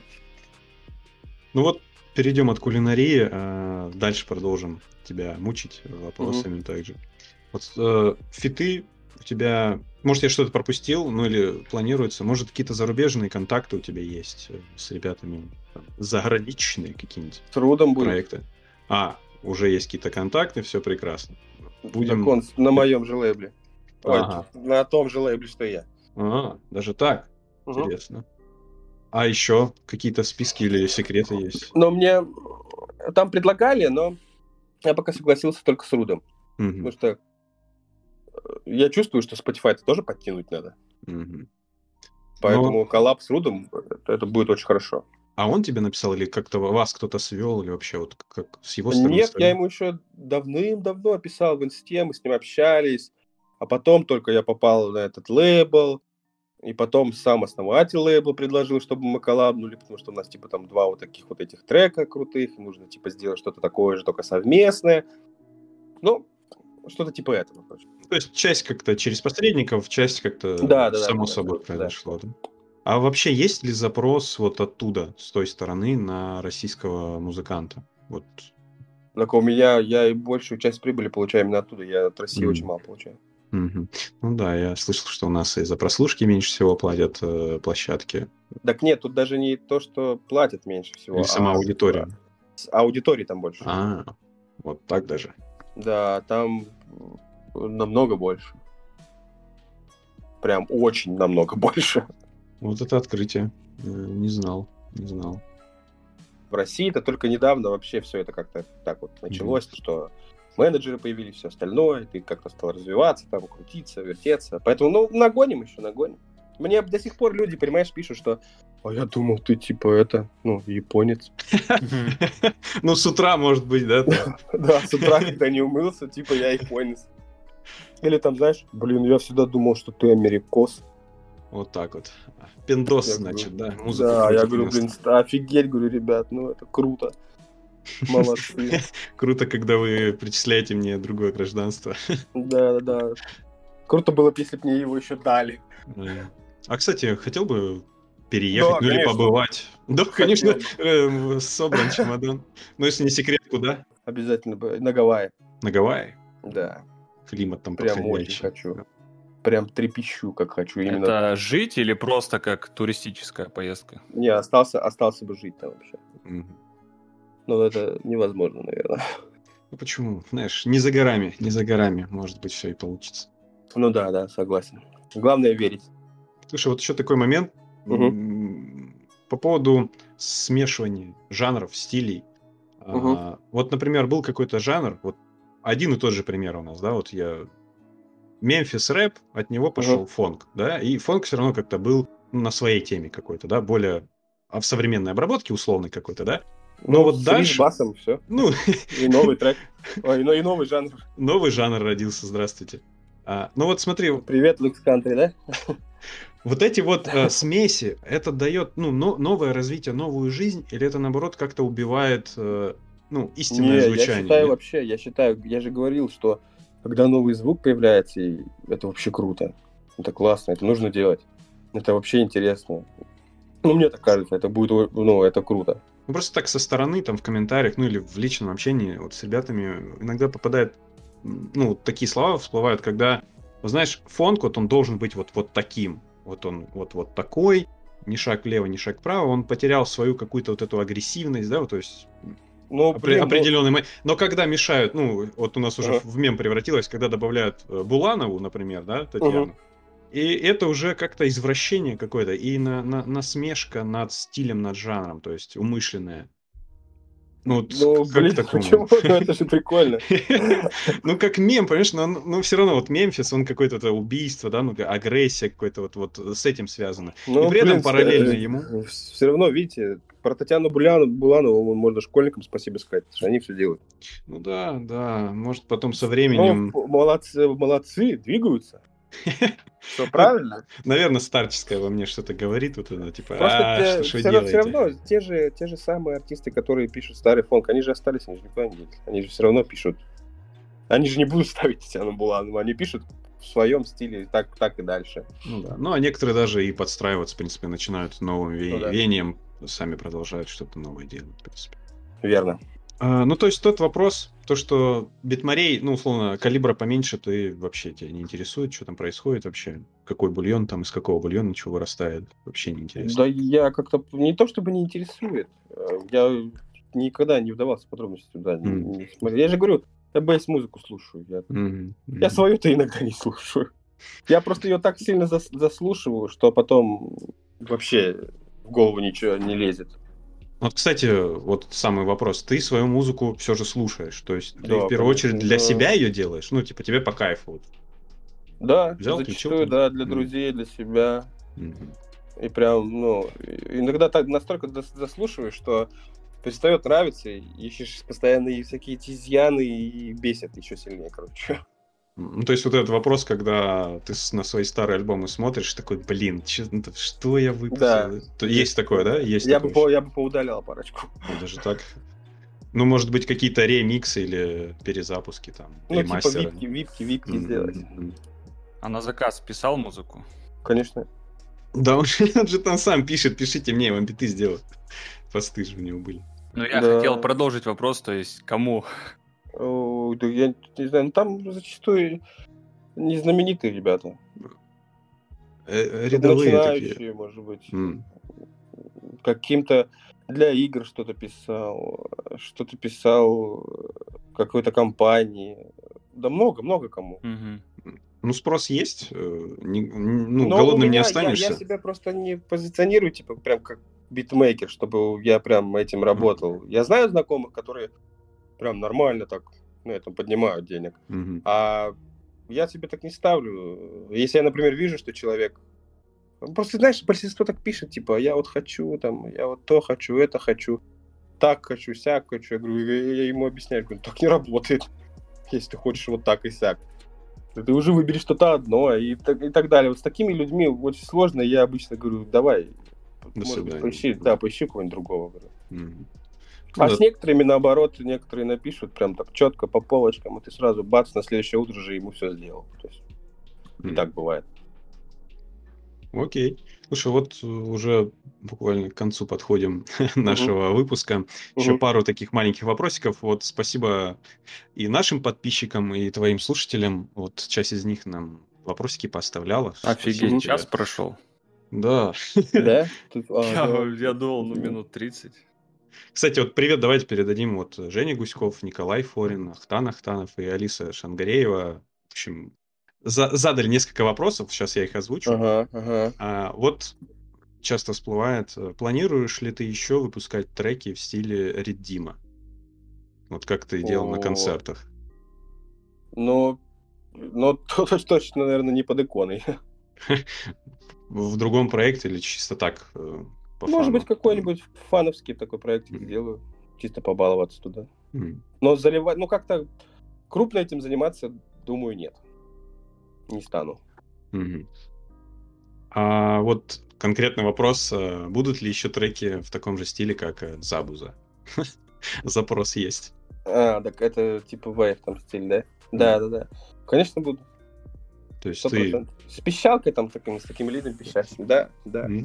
Ну вот, перейдем от кулинарии, а дальше продолжим тебя мучить вопросами также. Вот э, фиты у тебя... Может, я что-то пропустил, ну или планируется. Может, какие-то зарубежные контакты у тебя есть э, с ребятами? Там, заграничные какие-нибудь С Рудом будет. проекты? А, уже есть какие-то контакты, все прекрасно. Будем... Так он на моем же лейбле. Ой, Ага. на том же лейбле, что и я. А, даже так? Мгм. Интересно. А еще какие-то списки или секреты есть? Но мне там предлагали, но я пока согласился только с Рудом. Мгм, Потому что э, я чувствую, что Spotify тоже подтянуть надо. мгм. Поэтому коллаб с Рудом это, это будет очень хорошо. А он тебе написал или как-то вас кто-то свел, или вообще вот как с его стороны Нет, стали? я ему еще давным-давно писал в инсте, мы с ним общались, а потом только я попал на этот лейбл, и потом сам основатель лейбла предложил, чтобы мы коллабнули, потому что у нас типа там два вот таких вот этих трека крутых, и нужно типа сделать что-то такое же, только совместное. Ну, что-то типа этого. То есть часть как-то через посредников, часть как-то Да, да, само да, да, собой да, произошло, да? А вообще есть ли запрос вот оттуда, с той стороны, на российского музыканта? Вот. Так у меня, я и большую часть прибыли получаю именно оттуда, я от России М. очень мало получаю. Мгм. Ну да, я слышал, что у нас и за прослушки меньше всего платят э, площадки. Так нет, тут даже не то, что платят меньше всего, Или сама а аудитория. с аудитории там больше. А, вот так даже. Да, там намного больше. Прям очень намного больше. Вот это открытие. Э, Не знал, не знал. В России это только недавно вообще все это как-то так вот началось, что менеджеры появились, все остальное, ты как-то стал развиваться, там, крутиться, вертеться. Поэтому, ну, нагоним еще, нагоним. Мне до сих пор люди, понимаешь, пишут, что «А я думал, ты типа это, ну, японец». Ну, с утра, может быть, да? там? Да, с утра, когда не умылся, типа я японец. Или там, знаешь, блин, я всегда думал, что ты америкос. Вот так вот. Пиндос, Я значит, говорю, да? Музыку Да, я крутит говорю, вместо. блин, ст- офигеть, говорю, ребят, ну это круто. Молодцы. Круто, когда вы причисляете мне другое гражданство. Да, да, да. Круто было бы, если бы мне его еще дали. Э, А, кстати, хотел бы переехать, Да, ну или конечно. побывать. Да, Хотел конечно, бы. э, собран чемодан. Но если не секрет, куда? Обязательно бы. На Гавайи. На Гавайи. Да. Климат там Прям очень подходящий. хочу. Прям трепещу, как хочу. Именно. Это жить или просто как туристическая поездка? Не, остался, остался бы жить там вообще. Мгм. Но это невозможно, наверное. Ну почему? Знаешь, не за горами, не за горами, может быть, все и получится. Ну да, да, согласен. Главное верить. Слушай, вот еще такой момент. Мгм. М, По поводу смешивания жанров, стилей. Мгм. А, Вот, например, был какой-то жанр, вот один и тот же пример у нас, да, вот я... Мемфис рэп, от него пошел фонк, да, и фонк все равно как-то был ну, на своей теме какой-то, да, более а в современной обработке условной какой-то, да. Но Ну, вот с дальше- риф-басом все. Ну, И новый трек. Ой, ну и новый жанр. новый жанр родился, здравствуйте. А, ну вот смотри, Привет, Лукс Кантри, да? вот эти вот э, смеси, это дает ну, но- новое развитие, новую жизнь, или это наоборот как-то убивает э, ну, истинное Не, я звучание? считаю нет? вообще, я считаю, я же говорил, что когда новый звук появляется, и это вообще круто. Это классно, это нужно делать. Это вообще интересно. Ну, мне так кажется, это будет, о- ну, это круто. Ну, просто так со стороны, там, в комментариях, ну, или в личном общении вот с ребятами иногда попадает, м, ну, такие слова всплывают, когда, вот знаешь, фонк, вот он должен быть вот, вот таким, вот он вот, вот такой, ни шаг влево, ни шаг вправо, он потерял свою какую-то вот эту агрессивность, да, вот, то есть Ну, опре- блин, ну, определенный... мо- Но когда мешают, ну, вот у нас уже Ага. в мем превратилось, когда добавляют э, Буланову, например, да, Татьяну, и это уже как-то извращение какое-то, и на, на- насмешка над стилем, над жанром, то есть умышленная. Ну, вот ну, как блин, к такому? почему? Ну, это же прикольно. Ну, как мем, понимаешь, но, но все равно вот Мемфис, он какое-то это убийство, да, ну, агрессия какой-то вот, вот с этим связано. Ну, И при этом блин, параллельно э, ему... все равно, видите, про Татьяну Буляну, Буланову можно школьникам спасибо сказать, потому что они все делают. Ну да, да, может потом со Ну, временем, молодцы, молодцы, двигаются. Все правильно. наверное, старческое во мне что-то говорит, вот это, типа, Просто а, те- что ж вы все, равно, делаете? все равно те же, те же самые артисты, которые пишут старый фонк, они же остались, они же никуда не делись. Они же все равно пишут. Они же не будут ставить Татьяну Буланову, они пишут в своем стиле так, так и дальше. Ну да, ну а некоторые даже и подстраиваться, в принципе, начинают новым ве- Ну да. веянием, сами продолжают что-то новое делать, в принципе. Верно. А, ну, то есть тот вопрос, то, что битмарей, ну, условно, калибра поменьше, ты вообще тебя не интересует, что там происходит вообще, какой бульон там, из какого бульона чего вырастает, вообще не интересно. Да я как-то не то чтобы не интересует. э, Я никогда не вдавался в подробности туда. не- Мгм. не смотрел. Я же говорю, я бейс-музыку слушаю. Я, Мгм, я мгм. свою-то иногда не слушаю. Я просто ее так сильно зас- заслушиваю, что потом вообще в голову ничего не лезет. Вот, кстати, вот самый вопрос. Ты свою музыку все же слушаешь, то есть ты Да, в первую конечно, очередь для да. себя ее делаешь, ну, типа тебе по кайфу. Вот. Да, Взял, зачастую, включил там? да, для Мгм. друзей, для себя. Мгм. И прям, ну, иногда так настолько дос- заслушиваешь, что перестает нравиться, и ищешь постоянно и всякие эти изъяны, и бесит еще сильнее, короче. Ну, то есть вот этот вопрос, когда ты с- на свои старые альбомы смотришь, такой, блин, чё- ну, т- что я Да, выпустил? То есть есть такое, такое, да? да. Есть Я такое бы, по, еще. я бы поудалял парочку. Вот даже так. Ну, может быть, какие-то ремиксы или перезапуски там, Ну, типа ремастеры. випки, випки, випки М, сделать. м, м. А на заказ писал музыку? Конечно. Да, он же, он же там сам пишет, пишите мне, я вам биты сделаю. Посты же у него были. Ну, я Да. хотел продолжить вопрос, то есть кому? О, да я не знаю, ну там зачастую не знаменитые ребята. Э, Рядовые такие. Начинающие, может быть. М. Каким-то для игр что-то писал, что-то писал какой-то компании. Да много-много кому. Мгм. Ну, спрос есть, э, не- ну, Но у голодным не меня, я, я останешься. себя просто не позиционирую, типа, прям как битмейкер, чтобы я прям этим работал. Я знаю знакомых, которые прям нормально так на этом поднимают денег. Мгм. А я себе так не ставлю. Если я, например, вижу, что человек... Просто, знаешь, большинство так пишет, типа, я вот хочу, там, я вот то хочу, это хочу, так хочу, сяк хочу. Я говорю, я, я ему объясняю, говорю, так не работает, если ты хочешь вот так и сяк. Ты уже выбери что-то одно и так, и так далее. Вот с такими людьми очень сложно, я обычно говорю, давай, До может быть, свидания. поищи, да, поищи кого-нибудь другого. Говорю. Мгм. А Ну с некоторыми, наоборот, некоторые напишут прям так четко по полочкам, и ты сразу бац, на следующее утро же ему все сделал. То есть и Мгм. так бывает. Окей. Слушай, вот э, уже буквально к концу подходим нашего выпуска. Еще Мгм. пару таких маленьких вопросиков. Вот спасибо и нашим подписчикам, и твоим слушателям. Вот часть из них нам вопросики поставляла. Спасибо Офигеть, тебе. час прошел. Да. Да? Тут- а, Я, да. я думал, ну, Мгм. минут тридцать. Кстати, вот привет давайте передадим вот Жене Гуськов, Николай Форин, Ахтан Ахтанов и Алиса Шангареева. В общем, за- задали несколько вопросов, сейчас я их озвучу. Ага, ага. А, вот часто всплывает, э, планируешь ли ты еще выпускать треки в стиле Реддима? Вот как ты делал на О, концертах. Ну, ну, то- то- точно, наверное, не под иконой. В другом проекте или чисто так, э, по Может быть, фану? какой-нибудь фановский такой проектик Мгм. сделаю. Чисто побаловаться туда. М. Но заливать, ну как-то крупно этим заниматься, думаю, нет. Не стану. Мгм. А вот конкретный вопрос, э, будут ли еще треки в таком же стиле, как э, Забуза? Запрос есть. А, так это типа вейв там стиль, да? Да, да, да. Конечно, буду. То есть Сто ты... процентов. С пищалкой там таким, с таким лидом пищащим. Да, да. М.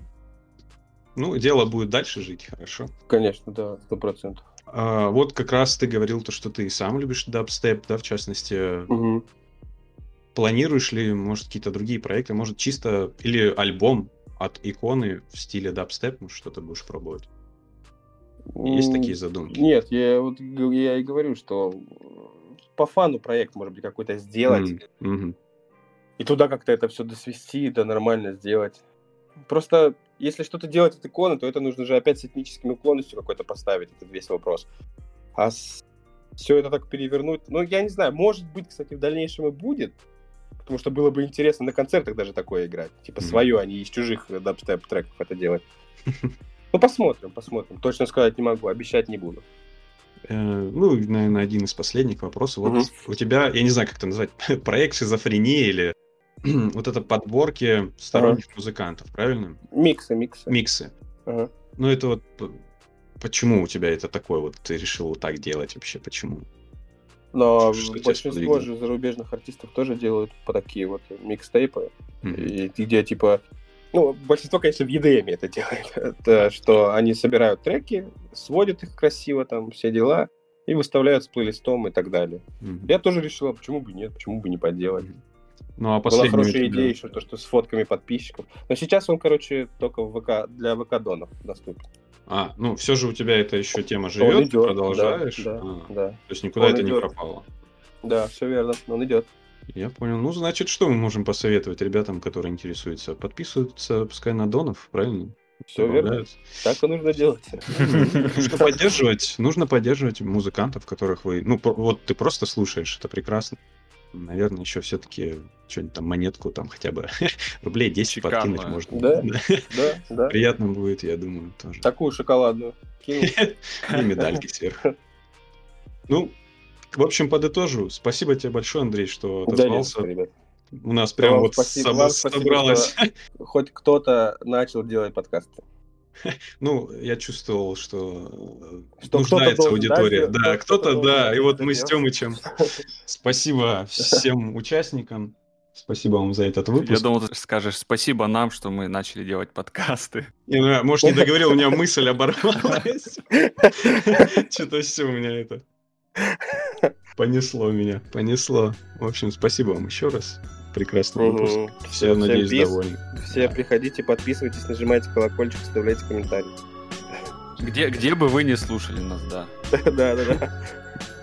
Ну, дело будет дальше жить, хорошо. Конечно, да, сто процентов. А, вот как раз ты говорил то, что ты сам любишь дабстеп, да, в частности. Угу. Планируешь ли, может, какие-то другие проекты, может, чисто или альбом от иконы в стиле дабстеп, может, что-то будешь пробовать? Есть такие задумки? Нет, я вот г- я и говорю, что по фану проект, может быть, какой-то сделать. М, мгм. И туда как-то это все досвести, да нормально сделать. Просто, если что-то делать от иконы, то это нужно же опять с этническими уклонностью какой-то поставить, этот весь вопрос. А все это так перевернуть, ну, я не знаю, может быть, кстати, в дальнейшем и будет, потому что было бы интересно на концертах даже такое играть. Типа Мгм. свое, а не из чужих дабстеп-треков это делать. Ну, посмотрим, посмотрим. Точно сказать не могу, обещать не буду. Э, Ну, наверное, один из последних вопросов. Вот Мгм. у тебя, я не знаю, как это назвать, проект шизофрения или вот это подборки сторонних музыкантов, правильно? Миксы, миксы. Миксы. Ага. Ну, это вот п- почему у тебя это такое вот, ты решил вот так делать вообще, почему? Но Что тебя большинство сподвигло? же зарубежных артистов тоже делают по такие вот микстейпы, Мгм. и где типа, ну, большинство, конечно, в и ди эм это делает, это что они собирают треки, сводят их красиво, там, все дела, и выставляют с плейлистом и так далее. Мгм. Я тоже решил, а почему бы нет, почему бы не поделать. Мгм. Ну, а Была последний у хорошая тебя- идея еще, то, что с фотками подписчиков. Но сейчас он, короче, только в ВК, для ВК-донов доступен. А, ну, все же у тебя эта еще тема Он живет, ты идет, продолжаешь. да, А, да, То есть никуда Он это не идет. пропало. да, все верно, он идет. Я понял. Ну, значит, что мы можем посоветовать ребятам, которые интересуются? Подписываются, пускай на донов, правильно? Все верно, Добавляют. так и нужно делать. Нужно поддерживать, нужно поддерживать музыкантов, которых вы... Ну, по- вот ты просто слушаешь, это прекрасно. наверное, еще все-таки что-нибудь там, монетку там хотя бы рублей десять Шикарную. подкинуть можно. Да, да, да. Приятно будет, я думаю, тоже. Такую шоколадную. Кинул. И медальки сверху. Ну, в общем, подытожу. Спасибо тебе большое, Андрей, что Да, отозвался. нет, ребят. У нас прям Вам вот спасибо, соб- вам спасибо, собралось. что хоть кто-то начал делать подкасты. Ну, я чувствовал, что, э, Что кто-то нуждается должен, аудитория. да, Да, сделать- кто-то кто-то, должен да. И это вот мы с сделать. Тёмычем. Спасибо всем участникам. Спасибо вам за этот Я выпуск. думал, ты скажешь спасибо нам, что мы начали делать подкасты. Не, ну, я, может, не договорил, у меня мысль оборвалась. Что-то все у меня это... Понесло меня, понесло. В общем, спасибо вам еще раз. Прекрасный Мгм. выпуск. Всё, Все, всем надеюсь, пис. довольны. Все Да. приходите, подписывайтесь, нажимайте колокольчик, оставляйте комментарии. Где, где бы вы не слушали нас, да. Да, да, да.